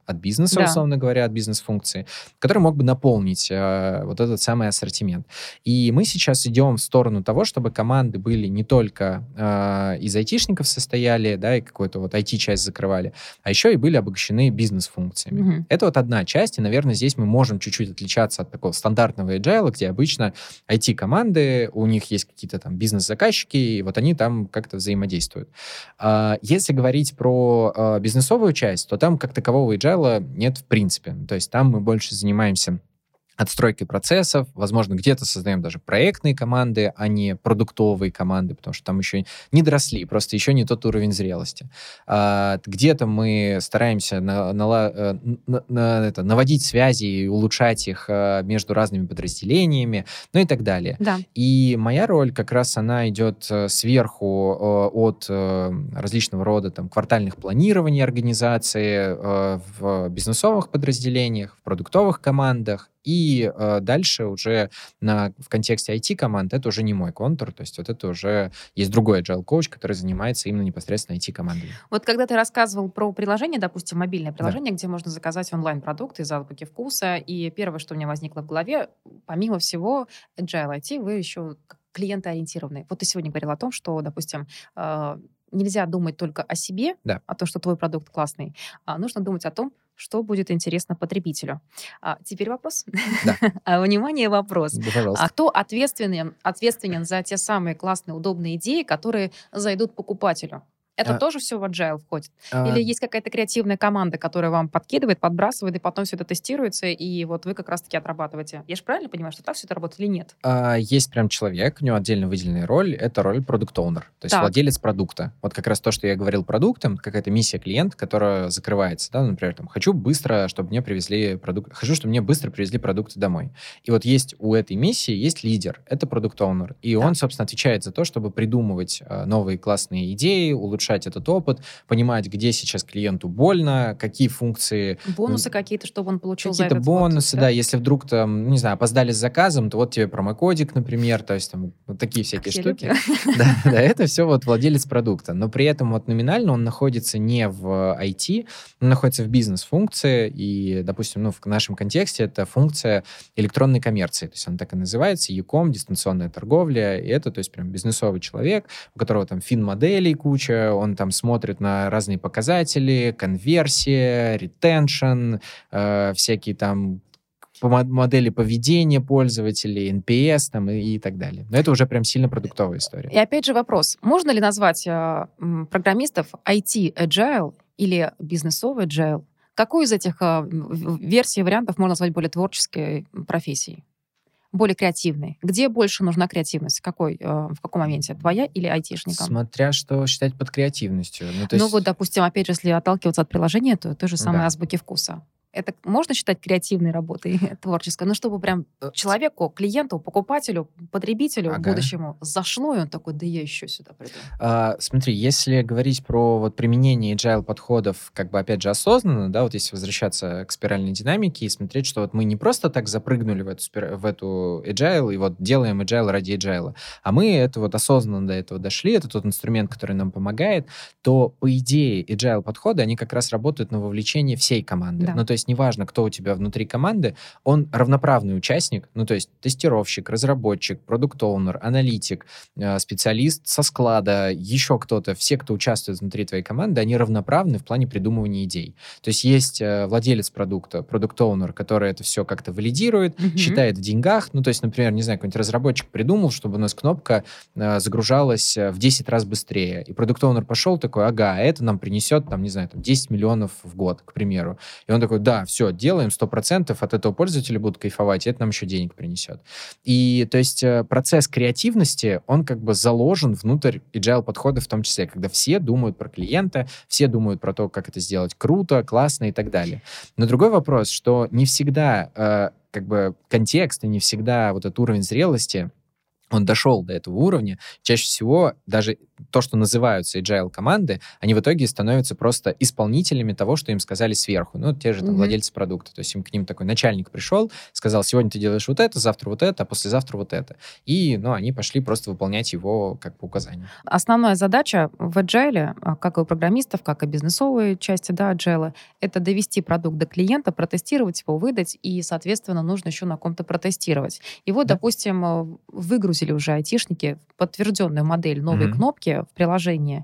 от бизнеса, Да. условно говоря, от бизнес-функции, который мог бы наполнить э, вот этот самый ассортимент. И мы сейчас идем в сторону того, чтобы команды были не только э, из айтишников состояли, да, и какую-то вот ай ти-часть закрывали, а еще и были обогащены бизнес-функциями. Мгм. Это вот одна часть, и, наверное, здесь мы можем чуть-чуть отличаться от такого стандартного agile, где обычно ай ти-команды, у них есть какие-то там бизнес-заказчики, и вот они там как-то взаимодействуют. А, если говорить про а, бизнесовую часть, то там как такового agile нет в принципе. То есть там мы больше занимаемся отстройкой процессов, возможно, где-то создаем даже проектные команды, а не продуктовые команды, потому что там еще не доросли, просто еще не тот уровень зрелости. А, где-то мы стараемся на, на, на, на, это, наводить связи и улучшать их а, между разными подразделениями, ну и так далее. Да. И моя роль как раз она идет сверху э, от э, различного рода там, квартальных планирований организации э, в бизнесовых подразделениях, в продуктовых командах, и э, дальше уже на, в контексте ай ти-команд это уже не мой контур, то есть вот это уже есть другой agile-коуч, который занимается именно непосредственно ай ти-командами. Вот когда ты рассказывал про приложение, допустим, мобильное приложение, да, где можно заказать онлайн-продукты из азбуки вкуса, и первое, что у меня возникло в голове, помимо всего, agile ай ти, вы еще клиентоориентированные. Вот ты сегодня говорил о том, что, допустим, э, нельзя думать только о себе, да, о том, что твой продукт классный, а нужно думать о том, что будет интересно потребителю. А теперь вопрос. Да. А, внимание, вопрос. Да, пожалуйста. А кто ответственен, ответственен за те самые классные, удобные идеи, которые зайдут покупателю? Это А, тоже все в agile входит? а, Или есть какая-то креативная команда, которая вам подкидывает, подбрасывает, и потом все это тестируется, и вот вы как раз-таки отрабатываете? Я же правильно понимаю, что так все это работает или нет? а, есть прям человек, у него отдельно выделенная роль, это роль продукт-оунер, то есть Так. владелец продукта. Вот как раз то, что я говорил продуктом, какая-то миссия клиента, которая закрывается, да, например, там, хочу быстро, чтобы мне привезли продукт, хочу, чтобы мне быстро привезли продукты домой. И вот есть у этой миссии есть лидер, это продукт-оунер, и он, Так. собственно, отвечает за то, чтобы придумывать а, новые классные идеи, улучшать этот опыт, понимать, где сейчас клиенту больно, какие функции... Бонусы м, какие-то, чтобы он получил за Какие-то этот вот, бонусы, да? да, если вдруг там, не знаю, опоздали с заказом, то вот тебе промокодик, например, то есть там вот такие всякие Я штуки. люблю. Да, да, это все вот владелец продукта, но при этом вот номинально он находится не в ай ти, он находится в бизнес-функции, и, допустим, ну, в нашем контексте это функция электронной коммерции, то есть она так и называется, e-com, дистанционная торговля, и это, то есть прям бизнесовый человек, у которого там фин-моделей куча, он там смотрит на разные показатели, конверсия, ретеншн, э, всякие там по мо- модели поведения пользователей, эн пи эс там, и, и так далее. Но это уже прям сильно продуктовая история. И опять же вопрос. Можно ли назвать э, м, программистов ай ти agile или бизнесовый agile? Какую из этих э, в- в- версий, вариантов можно назвать более творческой профессией? Более креативной? Где больше нужна креативность? Какой, э, в каком моменте? Твоя или айтишникам? Смотря что считать под креативностью. Ну, то Ну есть... вот, допустим, опять же, если отталкиваться от приложения, то той же самой Да. азбуки вкуса. Это можно считать креативной работой творческой? Ну, чтобы прям человеку, клиенту, покупателю, потребителю Ага. будущему зашло, и он такой, да я еще сюда приду. А, смотри, если говорить про вот применение agile подходов, как бы опять же осознанно, да, вот если возвращаться к спиральной динамике и смотреть, что вот мы не просто так запрыгнули в эту, спир- в эту agile и вот делаем agile ради agile, а мы это вот осознанно до этого дошли, это тот инструмент, который нам помогает, то по идее agile подходы, они как раз работают на вовлечение всей команды. Да. Ну, то есть неважно, кто у тебя внутри команды, он равноправный участник, ну, то есть тестировщик, разработчик, продукт-оунер, аналитик, э, специалист со склада, еще кто-то, все, кто участвует внутри твоей команды, они равноправны в плане придумывания идей. То есть есть э, владелец продукта, продукт-оунер, который это все как-то валидирует, Мгм. считает в деньгах, ну, то есть, например, не знаю, какой-нибудь разработчик придумал, чтобы у нас кнопка э, загружалась э, в десять раз быстрее, и продукт-оунер пошел такой, ага, это нам принесет, там, не знаю, там, десять миллионов в год, к примеру. И он такой, да, все, делаем, сто процентов от этого пользователи будут кайфовать, и это нам еще денег принесет. И, то есть, э, процесс креативности, он как бы заложен внутрь agile подхода в том числе, когда все думают про клиента, все думают про то, как это сделать круто, классно и так далее. Но другой вопрос, что не всегда э, как бы контекст и не всегда вот этот уровень зрелости, он дошел до этого уровня. Чаще всего даже то, что называются agile команды, они в итоге становятся просто исполнителями того, что им сказали сверху. Ну, те же там, mm-hmm. владельцы продукта. То есть им к ним такой начальник пришел, сказал, сегодня ты делаешь вот это, завтра вот это, а послезавтра вот это. И, ну, они пошли просто выполнять его как по указанию. Основная задача в agile, как и у программистов, как и бизнесовой части, да, agile, это довести продукт до клиента, протестировать его, выдать, и, соответственно, нужно еще на ком-то протестировать. И вот, да. допустим, выгрузили уже айтишники подтвержденную модель новой mm-hmm. кнопки в приложении,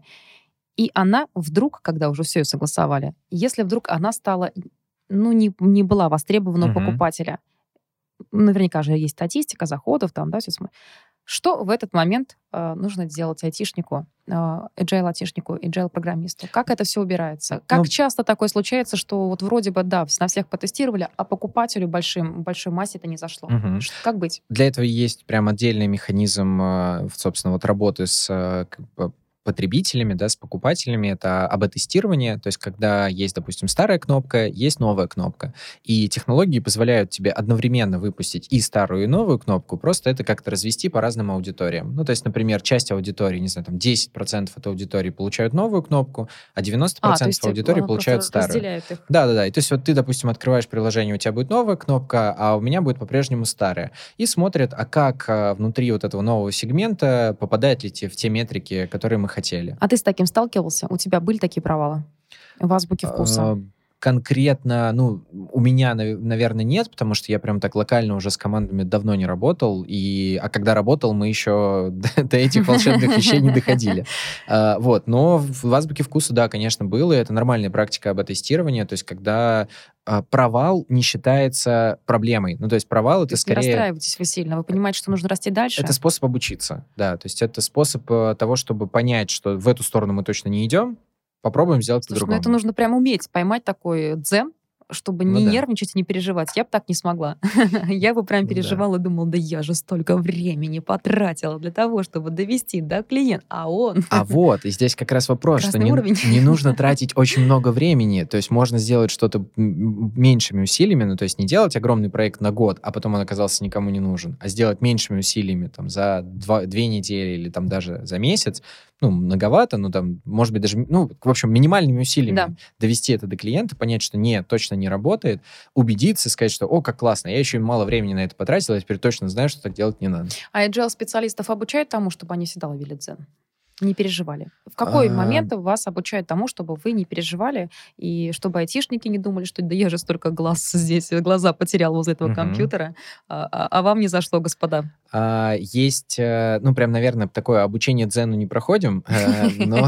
и она вдруг, когда уже все согласовали, если вдруг она стала, ну, не, не была востребована mm-hmm. у покупателя, наверняка же есть статистика заходов, там, да, все смотрят. Что в этот момент э, нужно делать айтишнику, э, agile-айтишнику, agile-программисту? Как это все убирается? Как ну, часто такое случается, что вот вроде бы, да, на всех потестировали, а покупателю большим, большой массе это не зашло? Угу. Что, как быть? Для этого есть прям отдельный механизм, э, собственно, вот работы с э, как бы, потребителями, да, с покупателями, это эй би-тестирование, то есть когда есть, допустим, старая кнопка, есть новая кнопка, и технологии позволяют тебе одновременно выпустить и старую, и новую кнопку, просто это как-то развести по разным аудиториям. Ну, то есть, например, часть аудитории, не знаю, там десять процентов от аудитории получают новую кнопку, а девяносто процентов а, аудитории получают старую. Их. Да-да-да, и то есть вот ты, допустим, открываешь приложение, у тебя будет новая кнопка, а у меня будет по-прежнему старая. И смотрят, а как а, внутри вот этого нового сегмента попадает ли тебе в те метрики, которые мы хотели. А ты с таким сталкивался? У тебя были такие провалы в азбуке вкуса? Конкретно, ну, у меня, наверное, нет, потому что я прям так локально уже с командами давно не работал, и, а когда работал, мы еще до, до этих волшебных вещей не доходили. А, вот, но в азбуке вкуса, да, конечно, было, и это нормальная практика эй би-тестирования, то есть когда а, провал не считается проблемой. Ну, то есть провал это скорее... Не расстраивайтесь вы сильно, вы понимаете, что нужно расти дальше? Это способ обучиться, да, то есть это способ того, чтобы понять, что в эту сторону мы точно не идем, попробуем сделать Слушай, по-другому. Ну это нужно прям уметь поймать такой дзен, чтобы ну не да. нервничать и не переживать. Я бы так не смогла. Я бы прям переживала и думала, да я же столько времени потратила для того, чтобы довести до клиента, а он... А вот, и здесь как раз вопрос, Красный что не, уровень. не нужно тратить очень много времени, то есть можно сделать что-то меньшими усилиями, ну то есть не делать огромный проект на год, а потом он оказался никому не нужен, а сделать меньшими усилиями там за два, две недели или там даже за месяц, ну, многовато, ну, там, может быть, даже, ну, в общем, минимальными усилиями да. довести это до клиента, понять, что нет, точно не работает, убедиться, сказать, что, о, как классно, я еще мало времени на это потратил, я теперь точно знаю, что так делать не надо. А agile-специалистов обучают тому, чтобы они всегда ловили дзен? Не переживали. В какой А... момент вас обучают тому, чтобы вы не переживали, и чтобы айтишники не думали, что да я же столько глаз здесь, глаза потерял возле этого uh-huh. компьютера, а, а вам не зашло, господа? А, есть, ну, прям, наверное, такое обучение дзену не проходим, но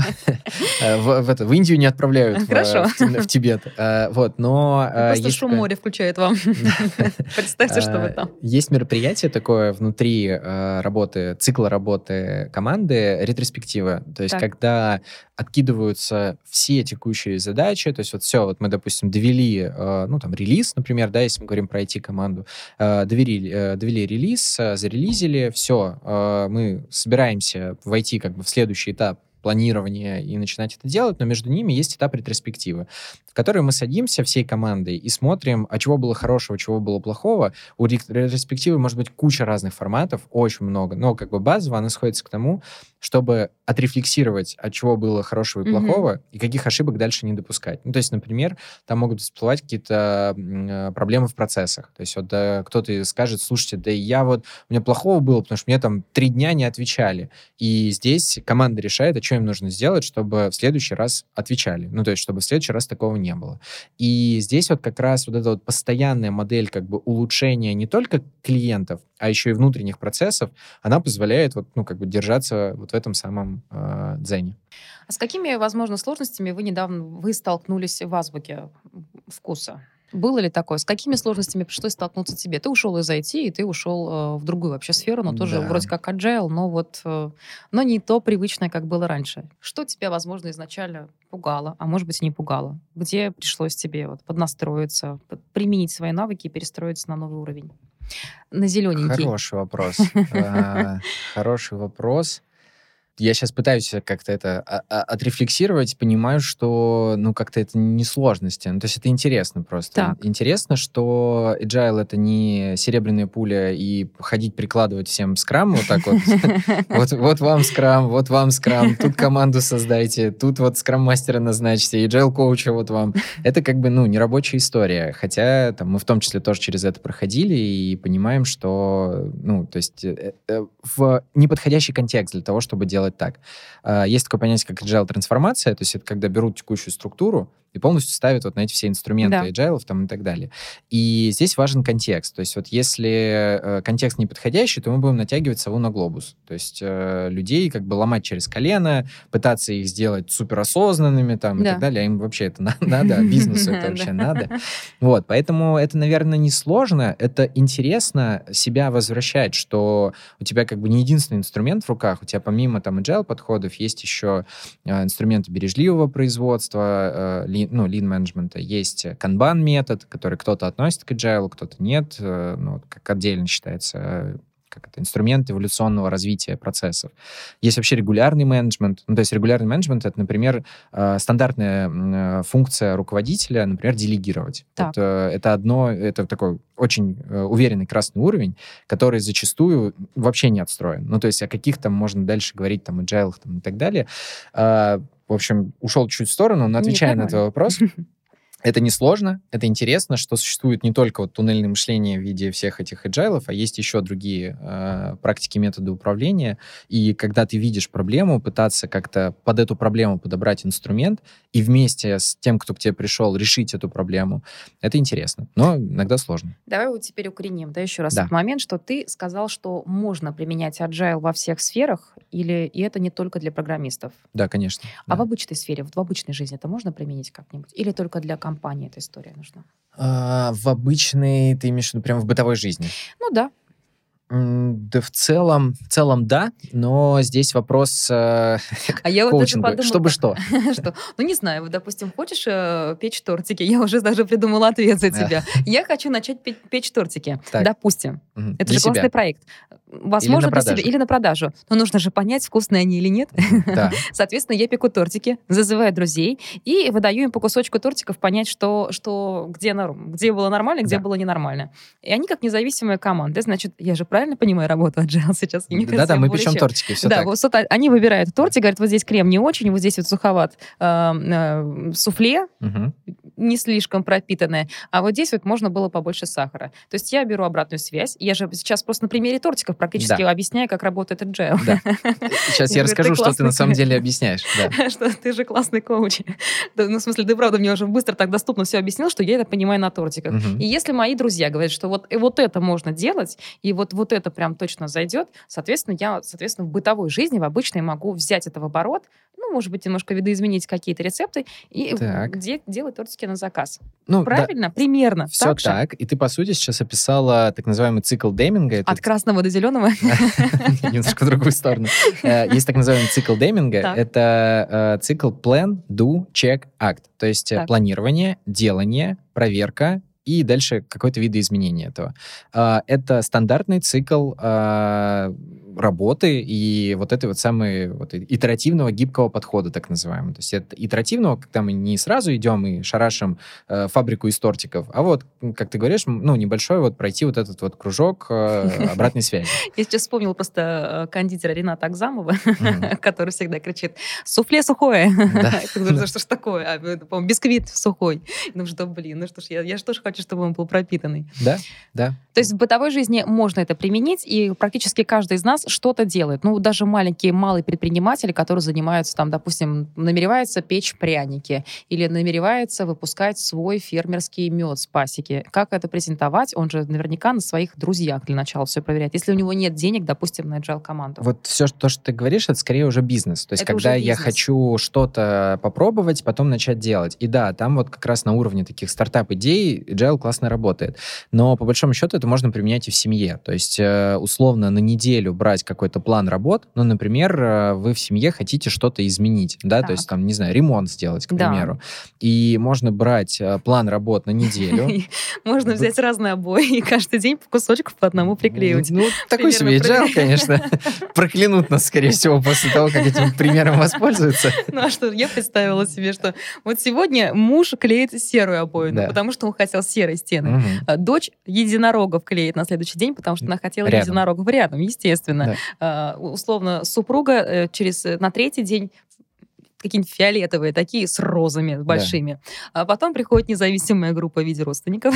в Индию не отправляют в Тибет. Вот, но... Просто шум моря включает вам. Представьте, что вы там. Есть мероприятие такое внутри работы, цикла работы команды, ретроспектива. То есть, так. когда откидываются все текущие задачи, то есть вот все, вот мы, допустим, довели, ну, там, релиз, например, да, если мы говорим про ай ти-команду, довели, довели релиз, зарелизили, все, мы собираемся войти как бы в следующий этап планирования и начинать это делать, но между ними есть этап ретроспективы, в которой мы садимся всей командой и смотрим, а чего было хорошего, чего было плохого. У ретроспективы может быть куча разных форматов, очень много, но как бы базово она сходится к тому, чтобы отрефлексировать, от чего было хорошего и плохого, mm-hmm. и каких ошибок дальше не допускать. Ну, то есть, например, там могут всплывать какие-то м, проблемы в процессах. То есть вот да, кто-то скажет, слушайте, да я вот, у меня плохого было, потому что мне там три дня не отвечали. И здесь команда решает, а что им нужно сделать, чтобы в следующий раз отвечали. Ну, то есть, чтобы в следующий раз такого не было. И здесь вот как раз вот эта вот постоянная модель как бы улучшения не только клиентов, а еще и внутренних процессов, она позволяет вот, ну, как бы держаться вот в этом самом э, дзене. А с какими, возможно, сложностями вы недавно вы столкнулись в азбуке вкуса? Было ли такое? С какими сложностями пришлось столкнуться тебе? Ты ушел из ай ти, и ты ушел э, в другую вообще сферу, но тоже да. вроде как agile, но вот э, но не то привычное, как было раньше. Что тебя, возможно, изначально пугало, а может быть и не пугало? Где пришлось тебе вот поднастроиться, применить свои навыки и перестроиться на новый уровень? На зелененький. Хороший вопрос. Хороший вопрос. я сейчас пытаюсь как-то это отрефлексировать, понимаю, что, ну, как-то это не сложности. Ну, то есть это интересно просто. Так. Интересно, что agile — это не серебряная пуля и ходить прикладывать всем скрам вот так вот. Вот, вот вам скрам, вот вам скрам, тут команду создайте, тут вот скрам-мастера назначьте, agile-коуча вот вам. Это как бы, ну, не рабочая история. Хотя там, мы в том числе тоже через это проходили и понимаем, что, ну, то есть э, э, в неподходящий контекст для того, чтобы делать так. Э, есть такое понятие, как agile-трансформация, то есть это когда берут текущую структуру и полностью ставят вот на эти все инструменты Да. agile там и так далее. И здесь важен контекст. То есть вот если э, контекст неподходящий, то мы будем натягивать сову на глобус. То есть э, людей как бы ломать через колено, пытаться их сделать суперосознанными там, Да. и так далее. А им вообще это на- надо, а бизнесу это вообще надо. Вот, поэтому это, наверное, не сложно. Это интересно себя возвращать, что у тебя как бы не единственный инструмент в руках. У тебя помимо там agile подходов есть еще э, инструменты бережливого производства, э, ли- ну, lean менеджмента, есть Kanban метод, который кто-то относит к agile, кто-то нет, э, ну, вот как отдельно считается, э, как это, инструмент эволюционного развития процессов. Есть вообще регулярный менеджмент. Ну, то есть регулярный менеджмент — это, например, э, стандартная э, функция руководителя, например, делегировать. Так. Вот, э, это одно, это такой очень э, уверенный красный уровень, который зачастую вообще не отстроен. Ну, то есть о каких там можно дальше говорить, там, agile там, и так далее. Э, в общем, ушел чуть в сторону, но отвечая Нет, на твой вопрос... Это несложно, это интересно, что существует не только вот туннельное мышление в виде всех этих agile, а есть еще другие э, практики, методы управления. И когда ты видишь проблему, пытаться как-то под эту проблему подобрать инструмент и вместе с тем, кто к тебе пришел, решить эту проблему, это интересно, но иногда сложно. Давай вот теперь укореним, да, еще раз Да. этот момент, что ты сказал, что можно применять agile во всех сферах, или и это не только для программистов. Да, конечно. А да. в обычной сфере, вот в обычной жизни это можно применить как-нибудь? Или только для компании эта история нужна? А, в обычной, ты имеешь в виду прямо в бытовой жизни? Ну да. М, Да в целом, в целом да, но здесь вопрос э, А я вот даже коучинга. подумала, Чтобы что? что, ну не знаю, вот, допустим, хочешь э, печь тортики, я уже даже придумала ответ за тебя. Я хочу начать пе- печь тортики, Так. допустим. Мгм. Это Для же классный себя. проект. Возможно, на для себя продажу. или на продажу. Но нужно же понять, вкусные они или нет. Да. Соответственно, я пеку тортики, зазываю друзей и выдаю им по кусочку тортиков понять, что, что где, норм- где было нормально, где Да. было ненормально. И они как независимая команда. Значит, я же правильно понимаю работу agile сейчас? Я не Да-да, совсем мы более печем чем. тортики, все Да, так. вот, вот они выбирают тортик, говорят, вот здесь крем не очень, вот здесь вот суховат э, э, суфле, Мгм. не слишком пропитанное, а вот здесь вот можно было побольше сахара. То есть я беру обратную связь. Я же сейчас просто на примере тортиков практически Да. объясняю, как работает agile. Да. Сейчас Я я говорю, расскажу, ты что ты на классный. самом деле объясняешь. Да. Что ты же классный коуч. Да, ну, в смысле, ты правда мне уже быстро так доступно все объяснил, что я это понимаю на тортиках. Мгм. И если мои друзья говорят, что вот, и вот это можно делать, и вот, вот это прям точно зайдет, соответственно, я, соответственно, в бытовой жизни, в обычной могу взять это в оборот, ну, может быть, немножко видоизменить какие-то рецепты и Так. де- делать тортики на заказ. Ну, да, Правильно? Примерно. все так же? так. И ты, по сути, сейчас описала так называемый цикл Деминга. Это От красного до зеленого. немножко в другую сторону. Э, Есть так называемый цикл Деминга. Так. Это э, цикл Plan, Do, Check, Act. То есть э, Так. планирование, делание, проверка и дальше какое-то видоизменение этого. А, Это стандартный цикл а, работы и вот этой вот самой вот итеративного гибкого подхода, так называемого. То есть это итеративного, когда мы не сразу идем и шарашим э, фабрику из тортиков, а вот, как ты говоришь, м, ну, небольшой вот пройти вот этот вот кружок э, обратной связи. Я сейчас вспомнила просто э, кондитера Рената Акзамова, Мгм. который всегда кричит: «Суфле сухое!» Да. Я говорю, «Да что ж такое? А, это, по-моему, бисквит сухой». Ну что, блин, ну что ж, я, я же тоже хочу, чтобы он был пропитанный. Да, да. То есть в бытовой жизни можно это применить, и практически каждый из нас что-то делает. Ну, даже маленькие, малые предприниматели, которые занимаются, там, допустим, намереваются печь пряники или намереваются выпускать свой фермерский мед с пасеки. Как это презентовать? Он же наверняка на своих друзьях для начала все проверяет. Если у него нет денег, допустим, на agile-команду. Вот все, то, что ты говоришь, это скорее уже бизнес. То есть, Это когда уже я бизнес. хочу что-то попробовать, потом начать делать. И да, там вот как раз на уровне таких стартап-идей agile agile классно работает. Но по большому счету это можно применять и в семье. То есть условно на неделю брать какой-то план работ, ну, например, вы в семье хотите что-то изменить, да, так. то есть там, не знаю, ремонт сделать, к Да. примеру. И можно брать план работ на неделю. Можно взять разные обои и каждый день по кусочку по одному приклеивать. Ну, такой себе agile, конечно. Проклянут нас, скорее всего, после того, как этим примером воспользуются. Ну, а что, я представила себе, что вот сегодня муж клеит серую обоину, Да. потому что он хотел серой стены. Мгм. Дочь единорогов клеит на следующий день, потому что она хотела Рядом. единорогов рядом, естественно. Да. А, условно, супруга э, через, э, на третий день какие-нибудь фиолетовые, такие с розами большими. А потом приходит независимая группа в виде родственников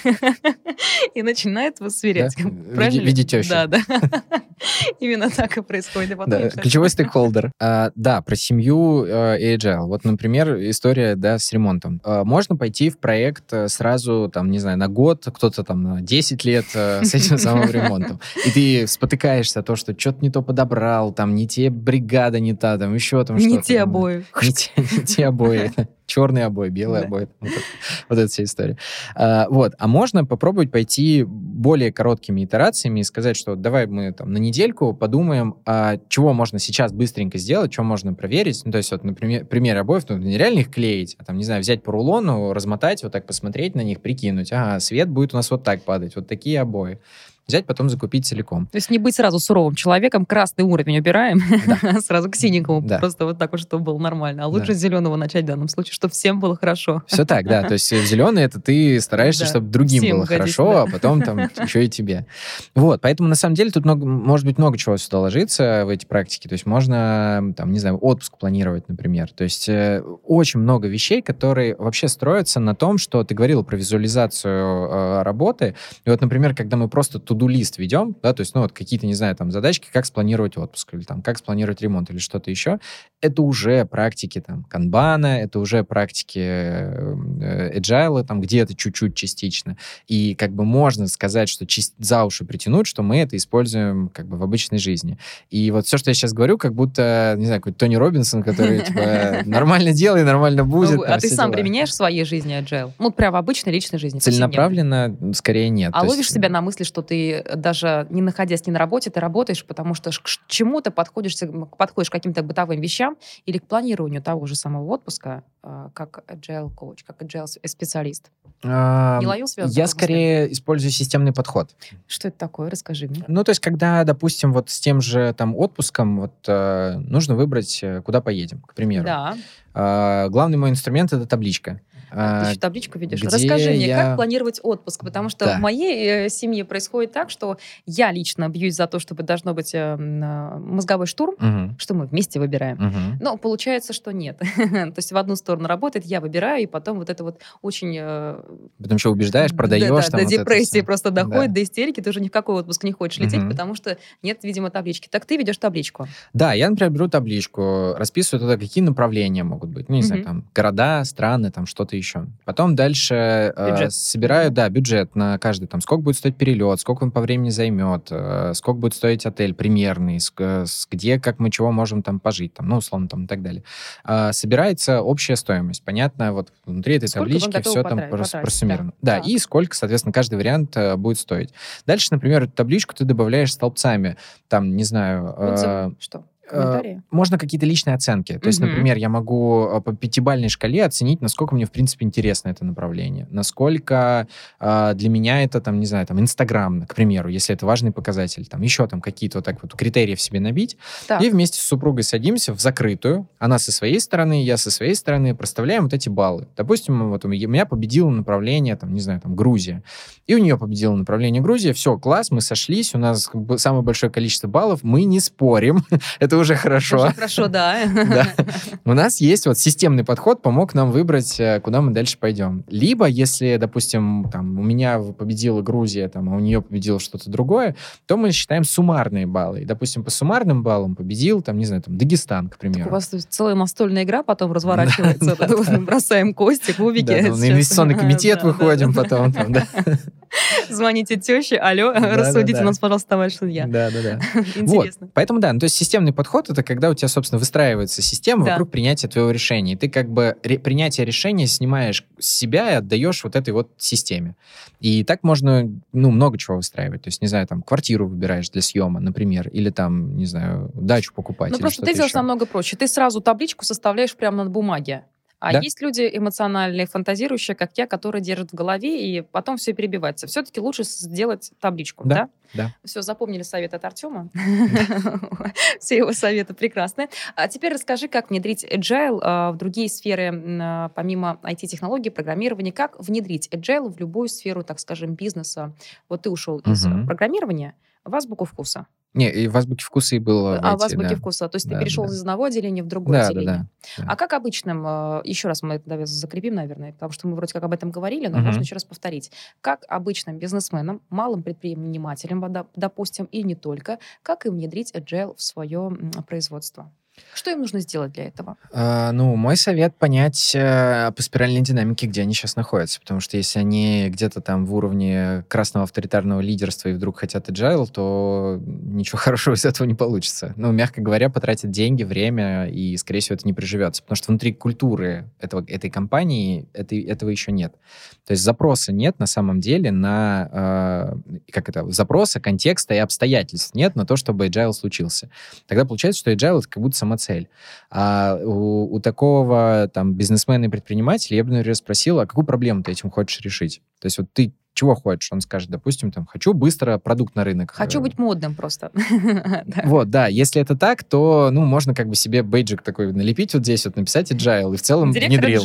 и начинает вас сверять. Да? Правильно В виде- ли? в виде тещи. Да, да. Именно так и происходит. И потом Да, начинается- ключевой стейкхолдер. А, да, про семью э, и agile. Вот, например, история, да, с ремонтом. А, можно пойти в проект э, сразу, там, не знаю, на год, кто-то там на десять лет э, с этим самым ремонтом. И ты спотыкаешься, то, что что-то не то подобрал, там, не те бригада не та, там, еще там что-то. Не те там, обои. Не те, не те обои. Черные обои, белые Да. обои. Вот, это- вот эта вся история. А, вот. А можно попробовать пойти более короткими итерациями и сказать, что давай мы там на недельку подумаем, а чего можно сейчас быстренько сделать, что можно проверить. Ну, то есть, вот, например, пример обоев, ну, нереально их клеить, а там, не знаю, взять по рулону, размотать, вот так посмотреть на них, прикинуть, ага, свет будет у нас вот так падать, вот такие обои. Взять, потом закупить целиком. То есть не быть сразу суровым человеком, красный уровень убираем, сразу к синенькому, Да. просто вот так вот, чтобы было нормально. А лучше Да. с зеленого начать в данном случае, чтобы всем было хорошо. Все так, да. То есть зеленый это ты стараешься, Да. чтобы другим Всем было угодить, хорошо, да. а потом там еще и тебе. Вот, поэтому на самом деле тут много, может быть много чего сюда ложится в эти практики. То есть можно, там, не знаю, отпуск планировать, например. То есть э, очень много вещей, которые вообще строятся на том, что ты говорил про визуализацию э, работы. И вот, например, когда мы просто туду-лист ведем, да, то есть, ну, вот какие-то, не знаю, там, задачки, как спланировать отпуск, или там, как спланировать ремонт, или что-то еще, это уже практики, там, канбана, это уже практики э, agile, там, где-то чуть-чуть частично. И, как бы, можно сказать, что чис- за уши притянуть, что мы это используем, как бы, в обычной жизни. И вот все, что я сейчас говорю, как будто, не знаю, какой-то Тони Робинсон, который, типа, нормально делай, нормально будет. А там, ты все сам дела. применяешь в своей жизни agile? Ну, прям в обычной личной жизни. повседневной? Целенаправленно, скорее, нет. А То ловишь есть- себя на мысли, что ты даже не находясь не на работе, ты работаешь, потому что ш- к чему-то подходишь, подходишь к каким-то бытовым вещам или к планированию того же самого отпуска, а, как agile коуч, как agile специалист. А, Не ловил себя на Я такой скорее использую системный подход. Что это такое? Расскажи мне. Ну, то есть, когда, допустим, вот с тем же там отпуском вот, э, нужно выбрать, э, куда поедем, к примеру. Да. А, главный мой инструмент — это табличка. А, Ты еще табличку ведешь. где Расскажи мне, я- как планировать отпуск, потому что Да. в моей э, семье происходит так, что я лично бьюсь за то, чтобы должно быть э, м, э, мозговой штурм, Мгм, что мы вместе выбираем. мгм. Но получается, что нет. То есть в одну сторону работает, я выбираю, и потом вот это вот очень... э, Потом еще убеждаешь, продаешь. Да, да, там до вот это депрессии всё. просто доходит, Да. до истерики, ты уже ни в какой отпуск не хочешь лететь, Мгм. потому что нет, видимо, таблички. Так ты ведешь табличку. Да, я, например, беру табличку, расписываю туда, какие направления могут быть. Ну, не знаю, Мгм. там, города, страны, там, что-то еще. Потом дальше э, Бюджет. собираю, да, бюджет на каждый, там, сколько будет стоить перелет, сколько он по времени займет, э, сколько будет стоить отель примерный, ск- э, с- где, как мы чего можем там пожить, там, ну, условно, там, и так далее. А, собирается общая стоимость. Понятно, вот внутри этой Сколько вы таблички готовы все там потратить, прос- потратить, просуммировано. да. Да, Так. и сколько, соответственно, каждый вариант э, будет стоить. Дальше, например, эту табличку ты добавляешь столбцами, там, не знаю... э, Отзывы. Что? Комментарии? можно какие-то личные оценки. То есть, Мгм. например, я могу э, по пятибалльной шкале оценить, насколько мне, в принципе, интересно это направление. Насколько э, для меня это, там, не знаю, там, Инстаграм, к примеру, если это важный показатель. Там, еще там какие-то вот так вот критерии в себе набить. Так. И вместе с супругой садимся в закрытую. Она со своей стороны, я со своей стороны. Проставляем вот эти баллы. Допустим, вот у меня победило направление, там, не знаю, там, Грузия. И у нее победило направление Грузия. Все, класс, мы сошлись. У нас б- самое большое количество баллов. Мы не спорим. Это уже хорошо. Уже хорошо, да. Да. У нас есть вот системный подход, помог нам выбрать, э, куда мы дальше пойдем. Либо, если, допустим, там, у меня победила Грузия, там, а у нее победило что-то другое, то мы считаем суммарные баллы. И, допустим, по суммарным баллам победил, там, не знаю, там, Дагестан, к примеру. У вас тут целая настольная игра потом разворачивается. Да, Вот это вот мы бросаем кости, кубики. Да, там на Сейчас. инвестиционный комитет Да, да, выходим да. потом. Там, да. Звоните теще, алло, рассудите нас, пожалуйста, товарищ судья. Да-да-да. Интересно. Поэтому, да, то есть системный подход — это когда у тебя, собственно, выстраивается система вокруг принятия твоего решения. Ты как бы принятие решения снимаешь с себя и отдаешь вот этой вот системе. И так можно, ну, много чего выстраивать. То есть, не знаю, там, квартиру выбираешь для съема, например, или там, не знаю, дачу покупать. Ну, просто ты делаешь намного проще. Ты сразу табличку составляешь прямо на бумаге. А да? Есть люди эмоциональные, фантазирующие, как я, которые держат в голове, и потом все перебивается. Все-таки лучше сделать табличку, да? Да. Да. Все, запомнили совет от Артема. Все его советы прекрасны. А теперь расскажи, как внедрить Agile в другие сферы, помимо ай ти-технологий, программирования. Как внедрить Agile в любую сферу, так скажем, бизнеса? Вот ты ушел из программирования в азбуку вкуса. Не, и в азбуке вкуса и было. А в азбуке да. вкуса. То есть да, ты перешел да. из одного отделения в другое да, отделение. Да, да, да. А как обычным, еще раз мы это закрепим, наверное, потому что мы вроде как об этом говорили, но uh-huh. можно еще раз повторить. Как обычным бизнесменам, малым предпринимателям, допустим, и не только, как им внедрить Agile в свое производство? Что им нужно сделать для этого? А, ну, мой совет — понять а, по спиральной динамике, где они сейчас находятся. Потому что если они где-то там в уровне красного авторитарного лидерства и вдруг хотят agile, то ничего хорошего из этого не получится. Ну, мягко говоря, потратят деньги, время, и, скорее всего, это не приживется. Потому что внутри культуры этого, этой компании этой, этого еще нет. То есть запроса нет на самом деле на... А, как это? Запроса, контекста и обстоятельств нет на то, чтобы agile случился. Тогда получается, что agile — это как будто сама цель. А у, у такого там бизнесмена и предпринимателя я бы, наверное, спросил, а какую проблему ты этим хочешь решить? То есть вот ты чего хочешь? Он скажет, допустим, там, хочу быстро продукт на рынок. Хочу быть модным просто. Вот, да. Если это так, то, ну, можно как бы себе бейджик такой налепить вот здесь, вот написать agile, и в целом внедрил.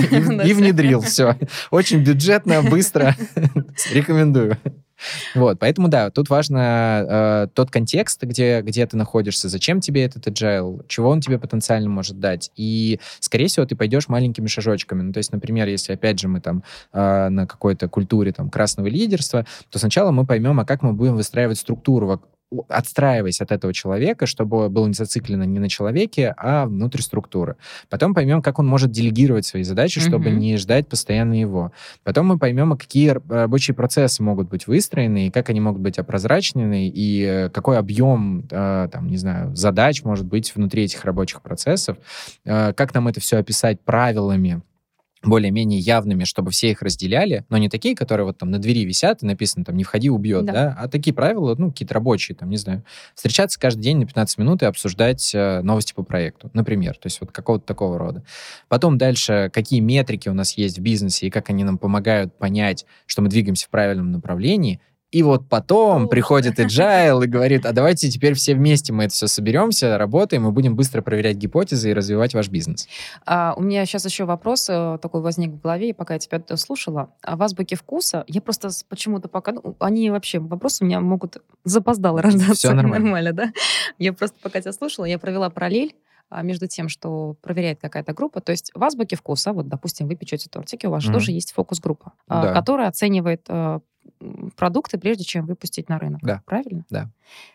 И внедрил, все. Очень бюджетно, быстро. Рекомендую. Вот, поэтому, да, тут важно э, тот контекст, где, где ты находишься, зачем тебе этот agile, чего он тебе потенциально может дать. И, скорее всего, ты пойдешь маленькими шажочками. Ну, то есть, например, если, опять же, мы там э, на какой-то культуре там красного лидерства, то сначала мы поймем, а как мы будем выстраивать структуру, отстраиваясь от этого человека, чтобы было не зациклено не на человеке, а внутрь структуры. Потом поймем, как он может делегировать свои задачи, чтобы mm-hmm. не ждать постоянно его. Потом мы поймем, какие рабочие процессы могут быть выстроены, и как они могут быть опрозрачнены, и какой объем, там, не знаю, задач может быть внутри этих рабочих процессов, как нам это все описать правилами, более-менее явными, чтобы все их разделяли, но не такие, которые вот там на двери висят и написано там «не входи, убьет», да, да? А такие правила, ну, какие-то рабочие, там, не знаю, встречаться каждый день на пятнадцать минут и обсуждать э, новости по проекту, например, то есть вот какого-то такого рода. Потом дальше, какие метрики у нас есть в бизнесе и как они нам помогают понять, что мы двигаемся в правильном направлении. И вот потом О. приходит agile и говорит, а давайте теперь все вместе мы это все соберемся, работаем и будем быстро проверять гипотезы и развивать ваш бизнес. А, у меня сейчас еще вопрос такой возник в голове, пока я тебя слушала. А в азбуке вкуса, я просто почему-то пока... Ну, они вообще, вопросы у меня могут запоздало рождаться. Все нормально. Нормально, да? Я просто пока тебя слушала, я провела параллель между тем, что проверяет какая-то группа. То есть в азбуке вкуса, вот, допустим, вы печете тортики, у вас mm-hmm. тоже есть фокус-группа, да. которая оценивает продукты, прежде чем выпустить на рынок. Да. Правильно? Да.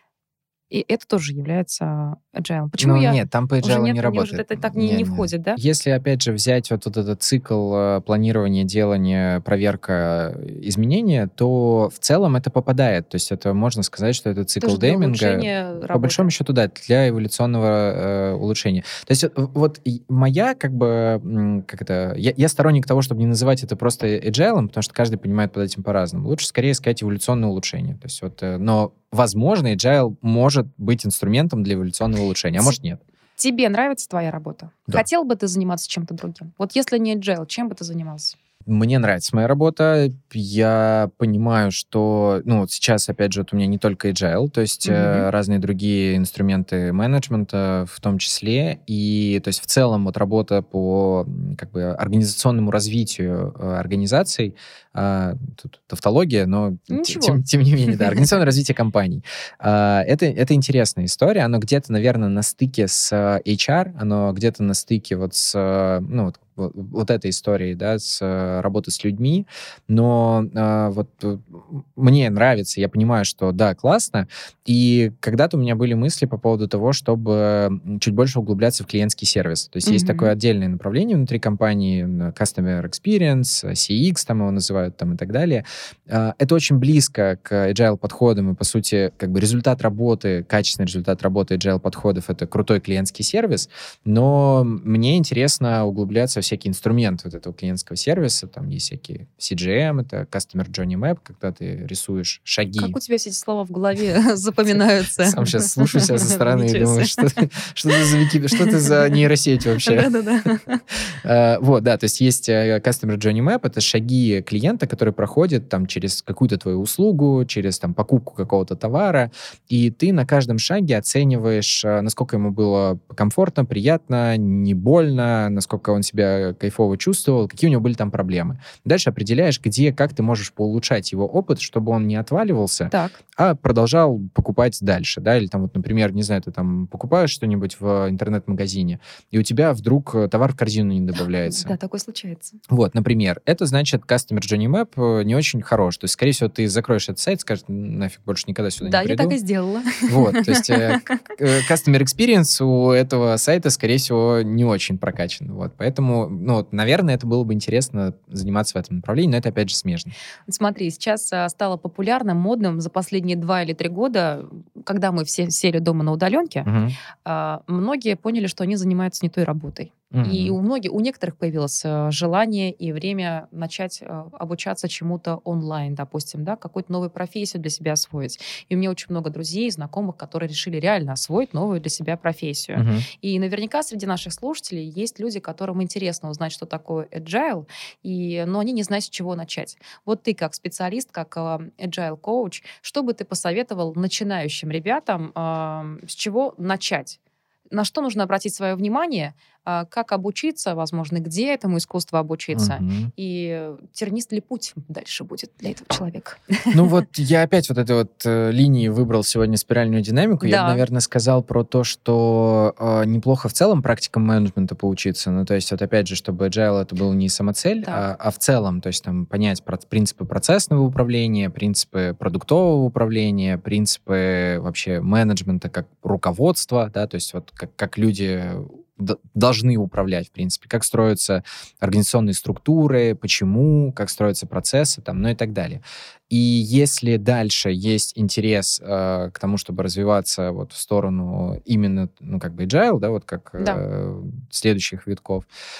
И это тоже является agile. Почему ну, я... нет, там по agile не нет, работает. Уже это так не, не, не входит, да? Если, опять же, взять вот, вот этот цикл планирования, делания, проверка, изменения, то в целом это попадает. То есть это можно сказать, что это цикл тоже дейминга. По большому счету, да, для эволюционного э, улучшения. То есть вот моя, как бы, как это... Я, я сторонник того, чтобы не называть это просто agile, потому что каждый понимает под этим по-разному. Лучше, скорее, сказать эволюционное улучшение. То есть вот, но, возможно, agile может быть инструментом для эволюционного улучшения, а может нет. Тебе нравится твоя работа? Да. Хотел бы ты заниматься чем-то другим? Вот если не agile, чем бы ты занимался? Мне нравится моя работа. Я понимаю, что... Ну, вот сейчас, опять же, вот у меня не только agile, то есть mm-hmm. э, разные другие инструменты менеджмента в том числе. И, то есть, в целом, вот работа по как бы организационному развитию э, организаций, э, тут тавтология, но тем, тем не менее, да, организационное развитие компаний. Э, это, это интересная история. Оно где-то, наверное, на стыке с эйч ар, оно где-то на стыке вот с... Ну, вот вот, вот этой историей, да, с э, работы с людьми, но э, вот э, мне нравится, я понимаю, что да, классно, и когда-то у меня были мысли по поводу того, чтобы чуть больше углубляться в клиентский сервис. То есть mm-hmm. есть такое отдельное направление внутри компании, Customer Experience, си икс там его называют, там и так далее. Э, это очень близко к agile подходам, и, по сути, как бы результат работы, качественный результат работы agile подходов — это крутой клиентский сервис, но мне интересно углубляться в всякие инструменты вот этого клиентского сервиса. Там есть всякие си джи эм, это Customer Journey Map, когда ты рисуешь шаги. Как у тебя все эти слова в голове запоминаются? Сам сейчас слушаю себя со стороны и думаю, что ты за нейросеть вообще? Да-да-да. Вот, да, то есть есть Customer Journey Map, это шаги клиента, которые проходят там через какую-то твою услугу, через там покупку какого-то товара, и ты на каждом шаге оцениваешь, насколько ему было комфортно, приятно, не больно, насколько он себя кайфово чувствовал, какие у него были там проблемы. Дальше определяешь, где, как ты можешь поулучшать его опыт, чтобы он не отваливался, так. а продолжал покупать дальше, да, или там вот, например, не знаю, ты там покупаешь что-нибудь в интернет-магазине, и у тебя вдруг товар в корзину не добавляется. Да, такое случается. Вот, например, это значит, Customer Journey Map не очень хорош. То есть, скорее всего, ты закроешь этот сайт, скажешь, нафиг, больше никогда сюда да, не приду. Да, я так и сделала. Вот, то есть Customer Experience у этого сайта, скорее всего, не очень прокачан. Вот, поэтому, ну, наверное, это было бы интересно заниматься в этом направлении, но это, опять же, смежно. Смотри, сейчас стало популярным, модным за последние два или три года, когда мы все сели дома на удаленке, uh-huh. многие поняли, что они занимаются не той работой. Mm-hmm. И у многих, у некоторых появилось желание и время начать обучаться чему-то онлайн, допустим, да, какую-то новую профессию для себя освоить. И у меня очень много друзей, знакомых, которые решили реально освоить новую для себя профессию. Mm-hmm. И наверняка среди наших слушателей есть люди, которым интересно узнать, что такое agile, и, но они не знают, с чего начать. Вот ты как специалист, как agile коуч, что бы ты посоветовал начинающим ребятам, с чего начать? На что нужно обратить свое внимание, как обучиться, возможно, где этому искусству обучиться, угу. и тернистый ли путь дальше будет для этого человека. Ну вот я опять вот этой вот э, линии выбрал сегодня спиральную динамику. Да. Я бы, наверное, сказал про то, что э, неплохо в целом практикам менеджмента поучиться. Ну то есть вот опять же, чтобы agile это был не самоцель, а, а в целом, то есть там понять про- принципы процессного управления, принципы продуктового управления, принципы вообще менеджмента как руководства, да, то есть вот как, как люди должны управлять, в принципе, как строятся организационные структуры, почему, как строятся процессы, там, ну и так далее. И если дальше есть интерес э, к тому, чтобы развиваться вот в сторону именно, ну, как бы agile, да, вот как да. э, следующих витков,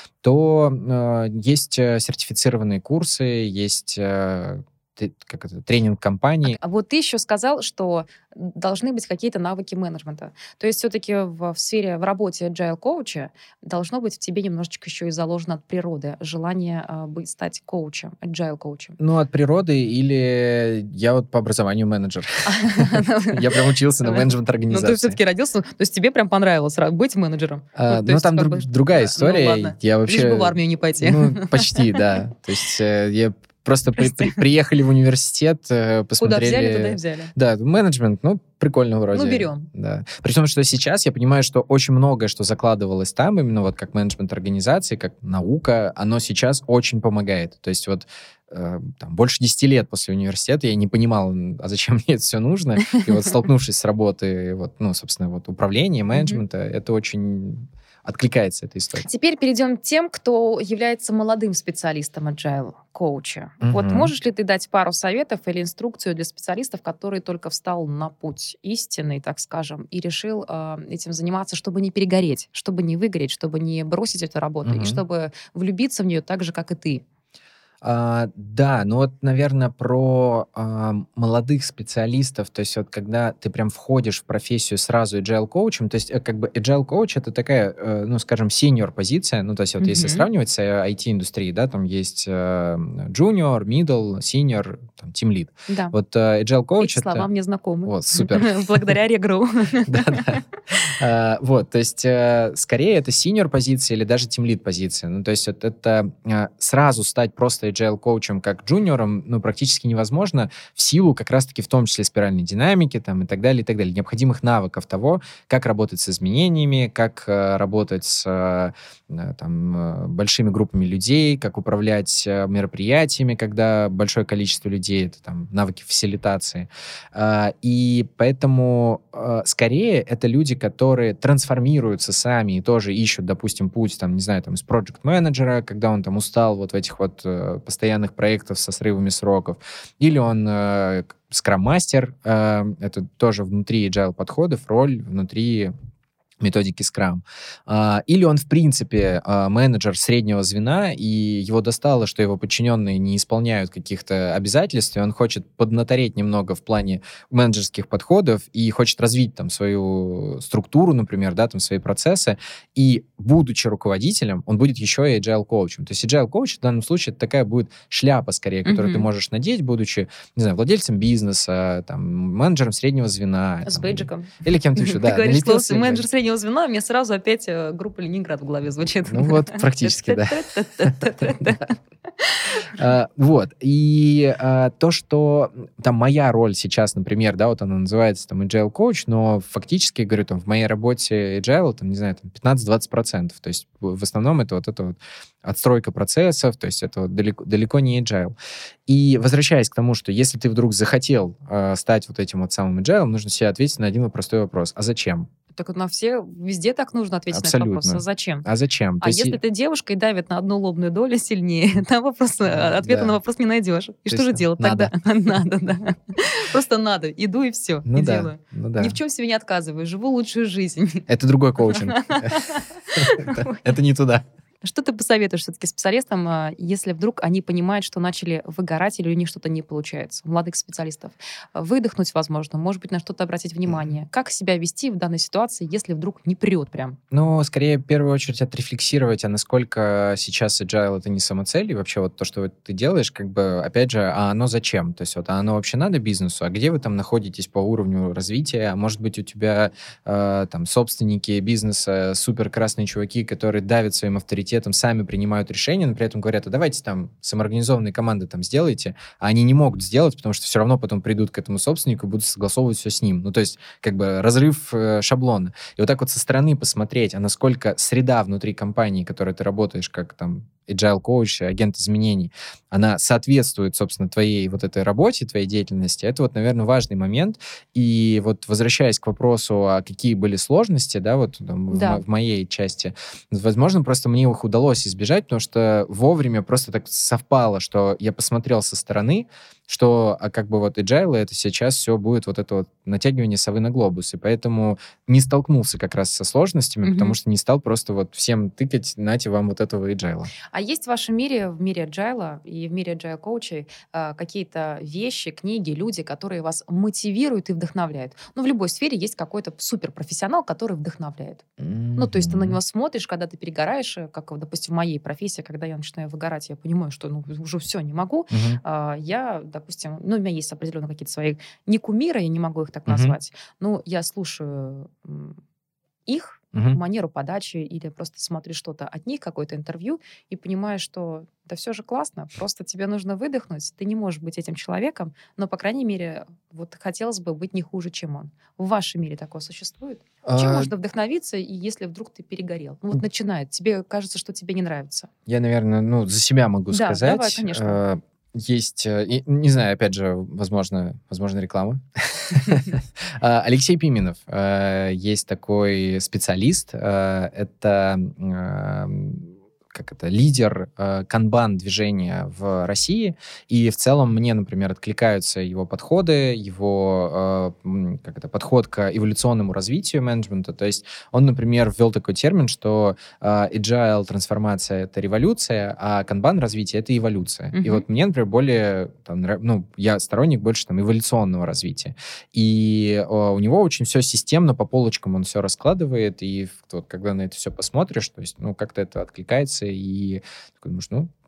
то э, есть сертифицированные курсы, есть... Э, как это, тренинг компании. А вот ты еще сказал, что должны быть какие-то навыки менеджмента. То есть все-таки в, в сфере, в работе agile коуча должно быть в тебе немножечко еще и заложено от природы желание э, быть, стать коучем, agile коучем. Ну, от природы или я вот по образованию менеджер. Я прям учился на менеджмент организации. Ну, ты все-таки родился, то есть тебе прям понравилось быть менеджером? Ну, там другая история. Я вообще... Лишь бы в армию не пойти. Ну, почти, да. То есть я... Просто при, при, приехали в университет, э, посмотрели... Куда взяли, туда и взяли. Да, менеджмент, ну, прикольно вроде. Ну, берем. Да. При том, что сейчас я понимаю, что очень многое, что закладывалось там, именно вот как менеджмент организации, как наука, оно сейчас очень помогает. То есть вот э, там, больше десяти лет после университета я не понимал, а зачем мне это все нужно. И вот столкнувшись с работой, вот, ну, собственно, вот управления, менеджмента, это очень... откликается эта история. Теперь перейдем к тем, кто является молодым специалистом agile коуча. Uh-huh. Вот можешь ли ты дать пару советов или инструкцию для специалистов, который только встал на путь истинный, так скажем, и решил э, этим заниматься, чтобы не перегореть, чтобы не выгореть, чтобы не бросить эту работу, uh-huh. и чтобы влюбиться в нее так же, как и ты? А, да, ну вот, наверное, про а, молодых специалистов, то есть вот когда ты прям входишь в профессию сразу agile коучем, то есть как бы agile коуч это такая, э, ну, скажем, senior позиция, ну, то есть вот mm-hmm. если сравнивать с ай ти-индустрией, да, там есть э, junior, middle, senior, там, team lead. Да. Вот э, agile коуч это... слова мне знакомы. Вот, супер. Благодаря Регру. Да-да. Вот, то есть скорее это senior позиция или даже team lead позиция, ну, то есть это сразу стать просто agile-коучем как джуниором, ну, практически невозможно в силу как раз-таки в том числе спиральной динамики там, и так далее, и так далее. Необходимых навыков того, как работать с изменениями, как э, работать с э, там, э, большими группами людей, как управлять э, мероприятиями, когда большое количество людей, это там навыки фасилитации. Э, и поэтому э, скорее это люди, которые трансформируются сами и тоже ищут, допустим, путь, там, не знаю, там, из проект-менеджера, когда он там устал вот в этих вот э, постоянных проектах со срывами сроков, или он э, скрам-мастер, э, это тоже внутри agile подходов, роль внутри методики Scrum. А, или он, в принципе, а, менеджер среднего звена, и его достало, что его подчиненные не исполняют каких-то обязательств, и он хочет поднатореть немного в плане менеджерских подходов и хочет развить там свою структуру, например, да, там свои процессы, и, будучи руководителем, он будет еще и agile-коучем. То есть agile-коуч в данном случае это такая будет шляпа, скорее, которую mm-hmm. ты можешь надеть, будучи, не знаю, владельцем бизнеса, там, менеджером среднего звена. С там, бейджиком. Или кем-то еще, да. Ты говоришь, что менеджер среднего звена, мне сразу опять группа «Ленинград» в голове звучит. Ну вот, практически, да. Вот. И то, что там моя роль сейчас, например, да, вот она называется там agile coach, но фактически, говорю, там в моей работе agile, там, не знаю, там пятнадцать-двадцать процентов. То есть в основном это вот это вот отстройка процессов, то есть это вот далеко, далеко не agile. И возвращаясь к тому, что если ты вдруг захотел э, стать вот этим вот самым agile, нужно себе ответить на один простой вопрос. А зачем? Так на все, везде так нужно ответить Абсолютно. на этот вопрос. А зачем? А зачем? А То если есть... ты девушка и давит на одну лобную долю сильнее, там вопрос, ответа да. на вопрос не найдешь. И То что же есть делать надо. тогда? Надо, да. Просто надо. Иду и все. Ну и да, делаю. ну да. Ни в чем себе не отказываю. Живу лучшую жизнь. Это другой коучинг. Это не туда. Что ты посоветуешь все-таки специалистам, если вдруг они понимают, что начали выгорать или у них что-то не получается, у молодых специалистов? Выдохнуть, возможно, может быть, на что-то обратить внимание. Как себя вести в данной ситуации, если вдруг не прет прям? Ну, скорее, в первую очередь, отрефлексировать, а насколько сейчас agile — это не самоцель, и вообще вот то, что вот ты делаешь, как бы, опять же, а оно зачем? То есть вот, а оно вообще надо бизнесу? А где вы там находитесь по уровню развития? А может быть, у тебя э, там собственники бизнеса, супер красные чуваки, которые давят своим авторитетом, сами принимают решения, но при этом говорят, а давайте там самоорганизованные команды там сделайте, а они не могут сделать, потому что все равно потом придут к этому собственнику и будут согласовывать все с ним. Ну, то есть, как бы, разрыв э, шаблона. И вот так вот со стороны посмотреть, а насколько среда внутри компании, в которой ты работаешь, как там agile coach, агент изменений, она соответствует, собственно, твоей вот этой работе, твоей деятельности. Это вот, наверное, важный момент. И вот возвращаясь к вопросу, а какие были сложности, да, вот там, да. в, в моей части, возможно, просто мне их удалось избежать, потому что вовремя просто так совпало, что я посмотрел со стороны, что а как бы вот agile это сейчас все будет вот это вот натягивание совы на глобус, и поэтому не столкнулся как раз со сложностями, mm-hmm. потому что не стал просто вот всем тыкать, нате вам вот этого agile. А есть в вашем мире, в мире agile и в мире agile коучей какие-то вещи, книги, люди, которые вас мотивируют и вдохновляют? Ну, в любой сфере есть какой-то суперпрофессионал, который вдохновляет. Mm-hmm. Ну, то есть ты на него смотришь, когда ты перегораешь, как, допустим, в моей профессии, когда я начинаю выгорать, я понимаю, что ну, уже все, не могу. Mm-hmm. Я, допустим, ну, у меня есть определенно какие-то свои, не кумиры, я не могу их так mm-hmm. назвать, но я слушаю их, uh-huh. манеру подачи, или просто смотришь что-то от них, какое-то интервью, и понимаешь, что да все же классно, просто тебе нужно выдохнуть, ты не можешь быть этим человеком, но, по крайней мере, вот хотелось бы быть не хуже, чем он. В вашем мире такое существует? Чем а... можно вдохновиться, и если вдруг ты перегорел? Ну вот начинает, тебе кажется, что тебе не нравится. Я, наверное, ну, за себя могу да, сказать. Давай, конечно. Есть, не знаю, опять же, возможно, возможно реклама. Алексей Пименов. Есть такой специалист. Это... как это, лидер э, канбан-движения в России, и в целом мне, например, откликаются его подходы, его э, как это, подход к эволюционному развитию менеджмента. То есть он, например, ввел такой термин, что э, agile трансформация — это революция, а канбан-развитие — это эволюция. Mm-hmm. И вот мне, например, более, там, ну, я сторонник больше там эволюционного развития. И э, у него очень все системно, по полочкам он все раскладывает, и вот, когда на это все посмотришь, то есть, ну, как-то это откликается, и такой думаешь, ну,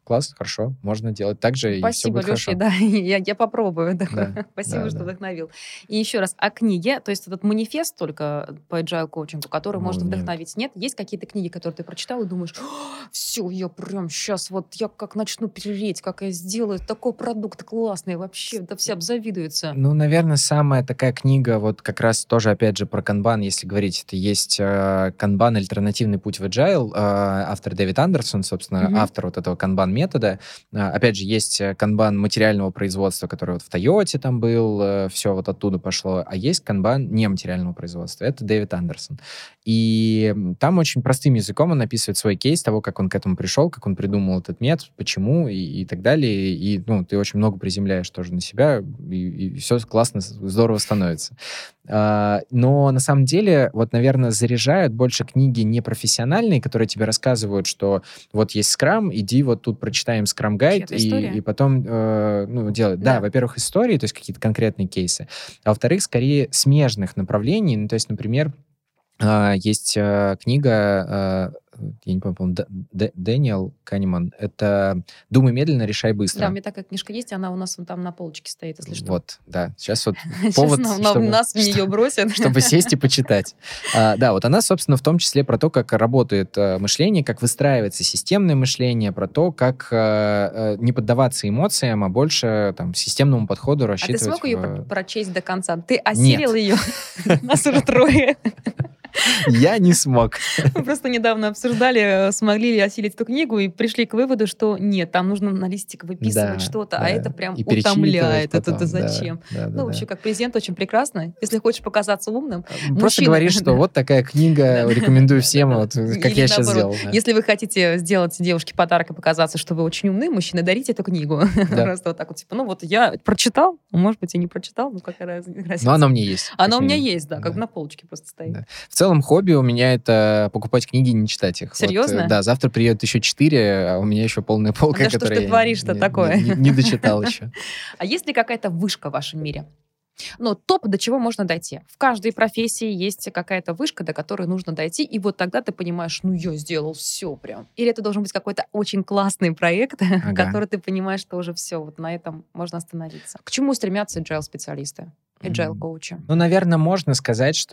класс, хорошо, можно делать так же, Спасибо, и все будет Леша, хорошо. да, я, я попробую. Да, Спасибо, да, что да. вдохновил. И еще раз, о книге, то есть этот манифест только по agile коучингу, который Ну, может нет. вдохновить, нет? Есть какие-то книги, которые ты прочитал и думаешь, все, я прям сейчас вот, я как начну переть, как я сделаю такой продукт классный, вообще, да все обзавидуются. Ну, наверное, самая такая книга, вот как раз тоже, опять же, про канбан, если говорить, это есть э, канбан «Альтернативный путь в agile», э, автор Дэвид Андерсон, собственно, Мгм. автор вот этого канбан-метода. Э, опять же, есть э, канбан материального производства, который вот в Тойоте там был, э, все вот оттуда пошло, а есть канбан нематериального производства, это Дэвид Андерсон. И м, там очень простым языком он описывает свой кейс того, как он к этому пришел, как он придумал этот метод, почему и, и так далее. И, ну, ты очень много приземляешь тоже на себя, и, и все классно, здорово становится. А, но на самом деле, вот, наверное, заряжают больше книги непрофессиональные, которые тебе рассказывают, что вот есть скрам, иди вот тут прочитаем скрам-гайд, Чья-то и, история? и потом э, ну, делать. Да, Да. во-первых, истории, то есть какие-то конкретные кейсы, а во-вторых, скорее смежных направлений. Ну, то есть, например, а, есть а, книга, а, я не помню, по-моему, Д- Д- Дэниел Канеман. Это «Думай медленно, решай быстро». Да, у меня такая книжка есть, она у нас вон там на полочке стоит, если что. Вот, да. Сейчас вот Сейчас повод, нам- нам- чтобы- нас в нее что- бросят. чтобы сесть и почитать. А, да, вот она, собственно, в том числе про то, как работает а, мышление, как выстраивается системное мышление, про то, как а, а, не поддаваться эмоциям, а больше там системному подходу А ты рассчитывать. смог ее в- про- прочесть до конца? Ты осилил ее? Нас уже трое. Я не смог. Мы просто недавно обсуждали, э, смогли ли осилить эту книгу, и пришли к выводу, что нет, там нужно на листик выписывать Да, что-то, а да. это прям И перечитывать утомляет. Это, потом, это да, зачем? да, да, Ну, да. вообще, как презент очень прекрасно. Если хочешь показаться умным, Просто мужчина- говоришь, что да. вот такая книга, Да. рекомендую Да, всем, да, вот да. как Или я сейчас наоборот, сделал. да. Если вы хотите сделать девушке подарок и показаться, что вы очень умны, мужчина, дарите эту книгу. Да. Просто вот так вот, типа, ну вот я прочитал, может быть, и не прочитал, ну какая раз- разница. Но она у меня есть. Она как у меня минимум. есть, да, как Да. на полочке просто стоит. Да. В целом, хобби у меня это покупать книги и не читать их. Вот, Серьезно? э, да, завтра приедут еще четыре, а у меня еще полная полка, Да что ж которую ты я творишь-то не- такое? Не, не- не дочитал еще. А есть ли какая-то вышка в вашем мире? Ну, топ, до чего можно дойти. В каждой профессии есть какая-то вышка, до которой нужно дойти, и вот тогда ты понимаешь, ну, я сделал все прям. Или это должен быть какой-то очень классный проект, Ага. который ты понимаешь, что уже все, вот на этом можно остановиться. К чему стремятся agile-специалисты, agile-коучи? Ну, наверное, можно сказать, что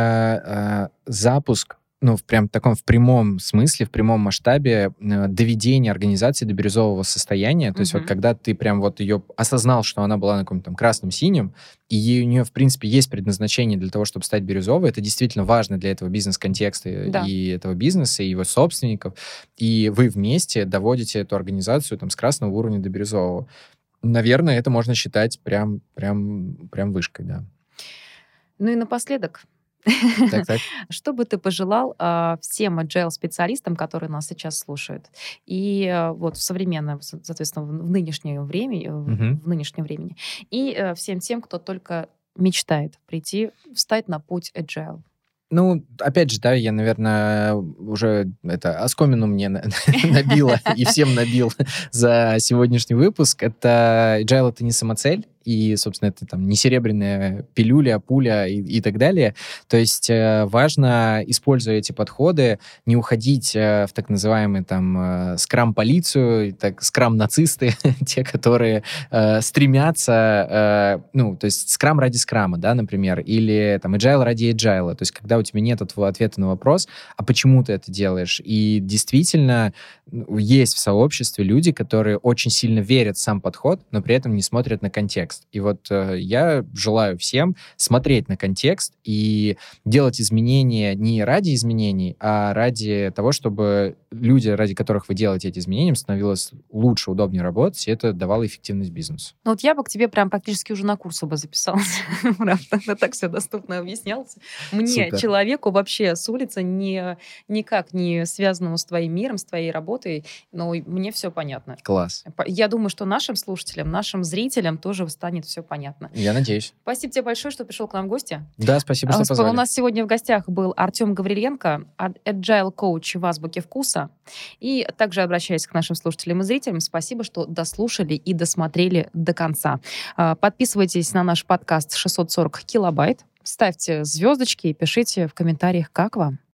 это э, запуск, ну, в прям таком в прямом смысле, в прямом масштабе э, доведения организации до бирюзового состояния. То есть Мгм. вот когда ты прям вот ее осознал, что она была на каком-то там красном-синем, и ей- у нее, в принципе, есть предназначение для того, чтобы стать бирюзовой, это действительно важно для этого бизнес-контекста Да. и этого бизнеса, и его собственников, и вы вместе доводите эту организацию там с красного уровня до бирюзового. Наверное, это можно считать прям, прям, прям вышкой, да. Ну и напоследок, Так, так. что бы ты пожелал а, всем agile-специалистам, которые нас сейчас слушают, и а, вот в современном, со- соответственно, в в нынешнее время, э, в Мгм. в нынешнем времени, и э, всем тем, кто только мечтает прийти, встать на путь agile? Ну, опять же, да, я, наверное, уже это оскомину мне на- набила и всем набил за сегодняшний выпуск. Это agile — это не самоцель, и, собственно, это там не серебряная пилюля, пуля и, и так далее. То есть э, важно, используя эти подходы, не уходить э, в так называемый там э, скрам-полицию, так, скрам-нацисты, те, которые э, стремятся, э, ну, то есть скрам ради скрама, да, например, или там agile ради agile. То есть когда у тебя нет этого ответа на вопрос, а почему ты это делаешь? И действительно ну, есть в сообществе люди, которые очень сильно верят в сам подход, но при этом не смотрят на контекст. И вот э, я желаю всем смотреть на контекст и делать изменения не ради изменений, а ради того, чтобы люди, ради которых вы делаете эти изменения, становилось лучше, удобнее работать, и это давало эффективность бизнесу. Ну вот я бы к тебе прям практически уже на курсы бы записалась. Правда, это так все доступно объяснялось. Мне, Супер. человеку вообще с улицы, не, никак не связанному с твоим миром, с твоей работой, но мне все понятно. Класс. По- Я думаю, что нашим слушателям, нашим зрителям тоже станет все понятно. Я надеюсь. Спасибо тебе большое, что пришел к нам в гости. Да, спасибо, что А, позвали. У нас сегодня в гостях был Артем Гавриленко, а- agile коуч в азбуке вкуса. И также обращаюсь к нашим слушателям и зрителям. Спасибо, что дослушали и досмотрели до конца. А, Подписывайтесь на наш подкаст шестьсот сорок килобайт. Ставьте звездочки и пишите в комментариях, как вам.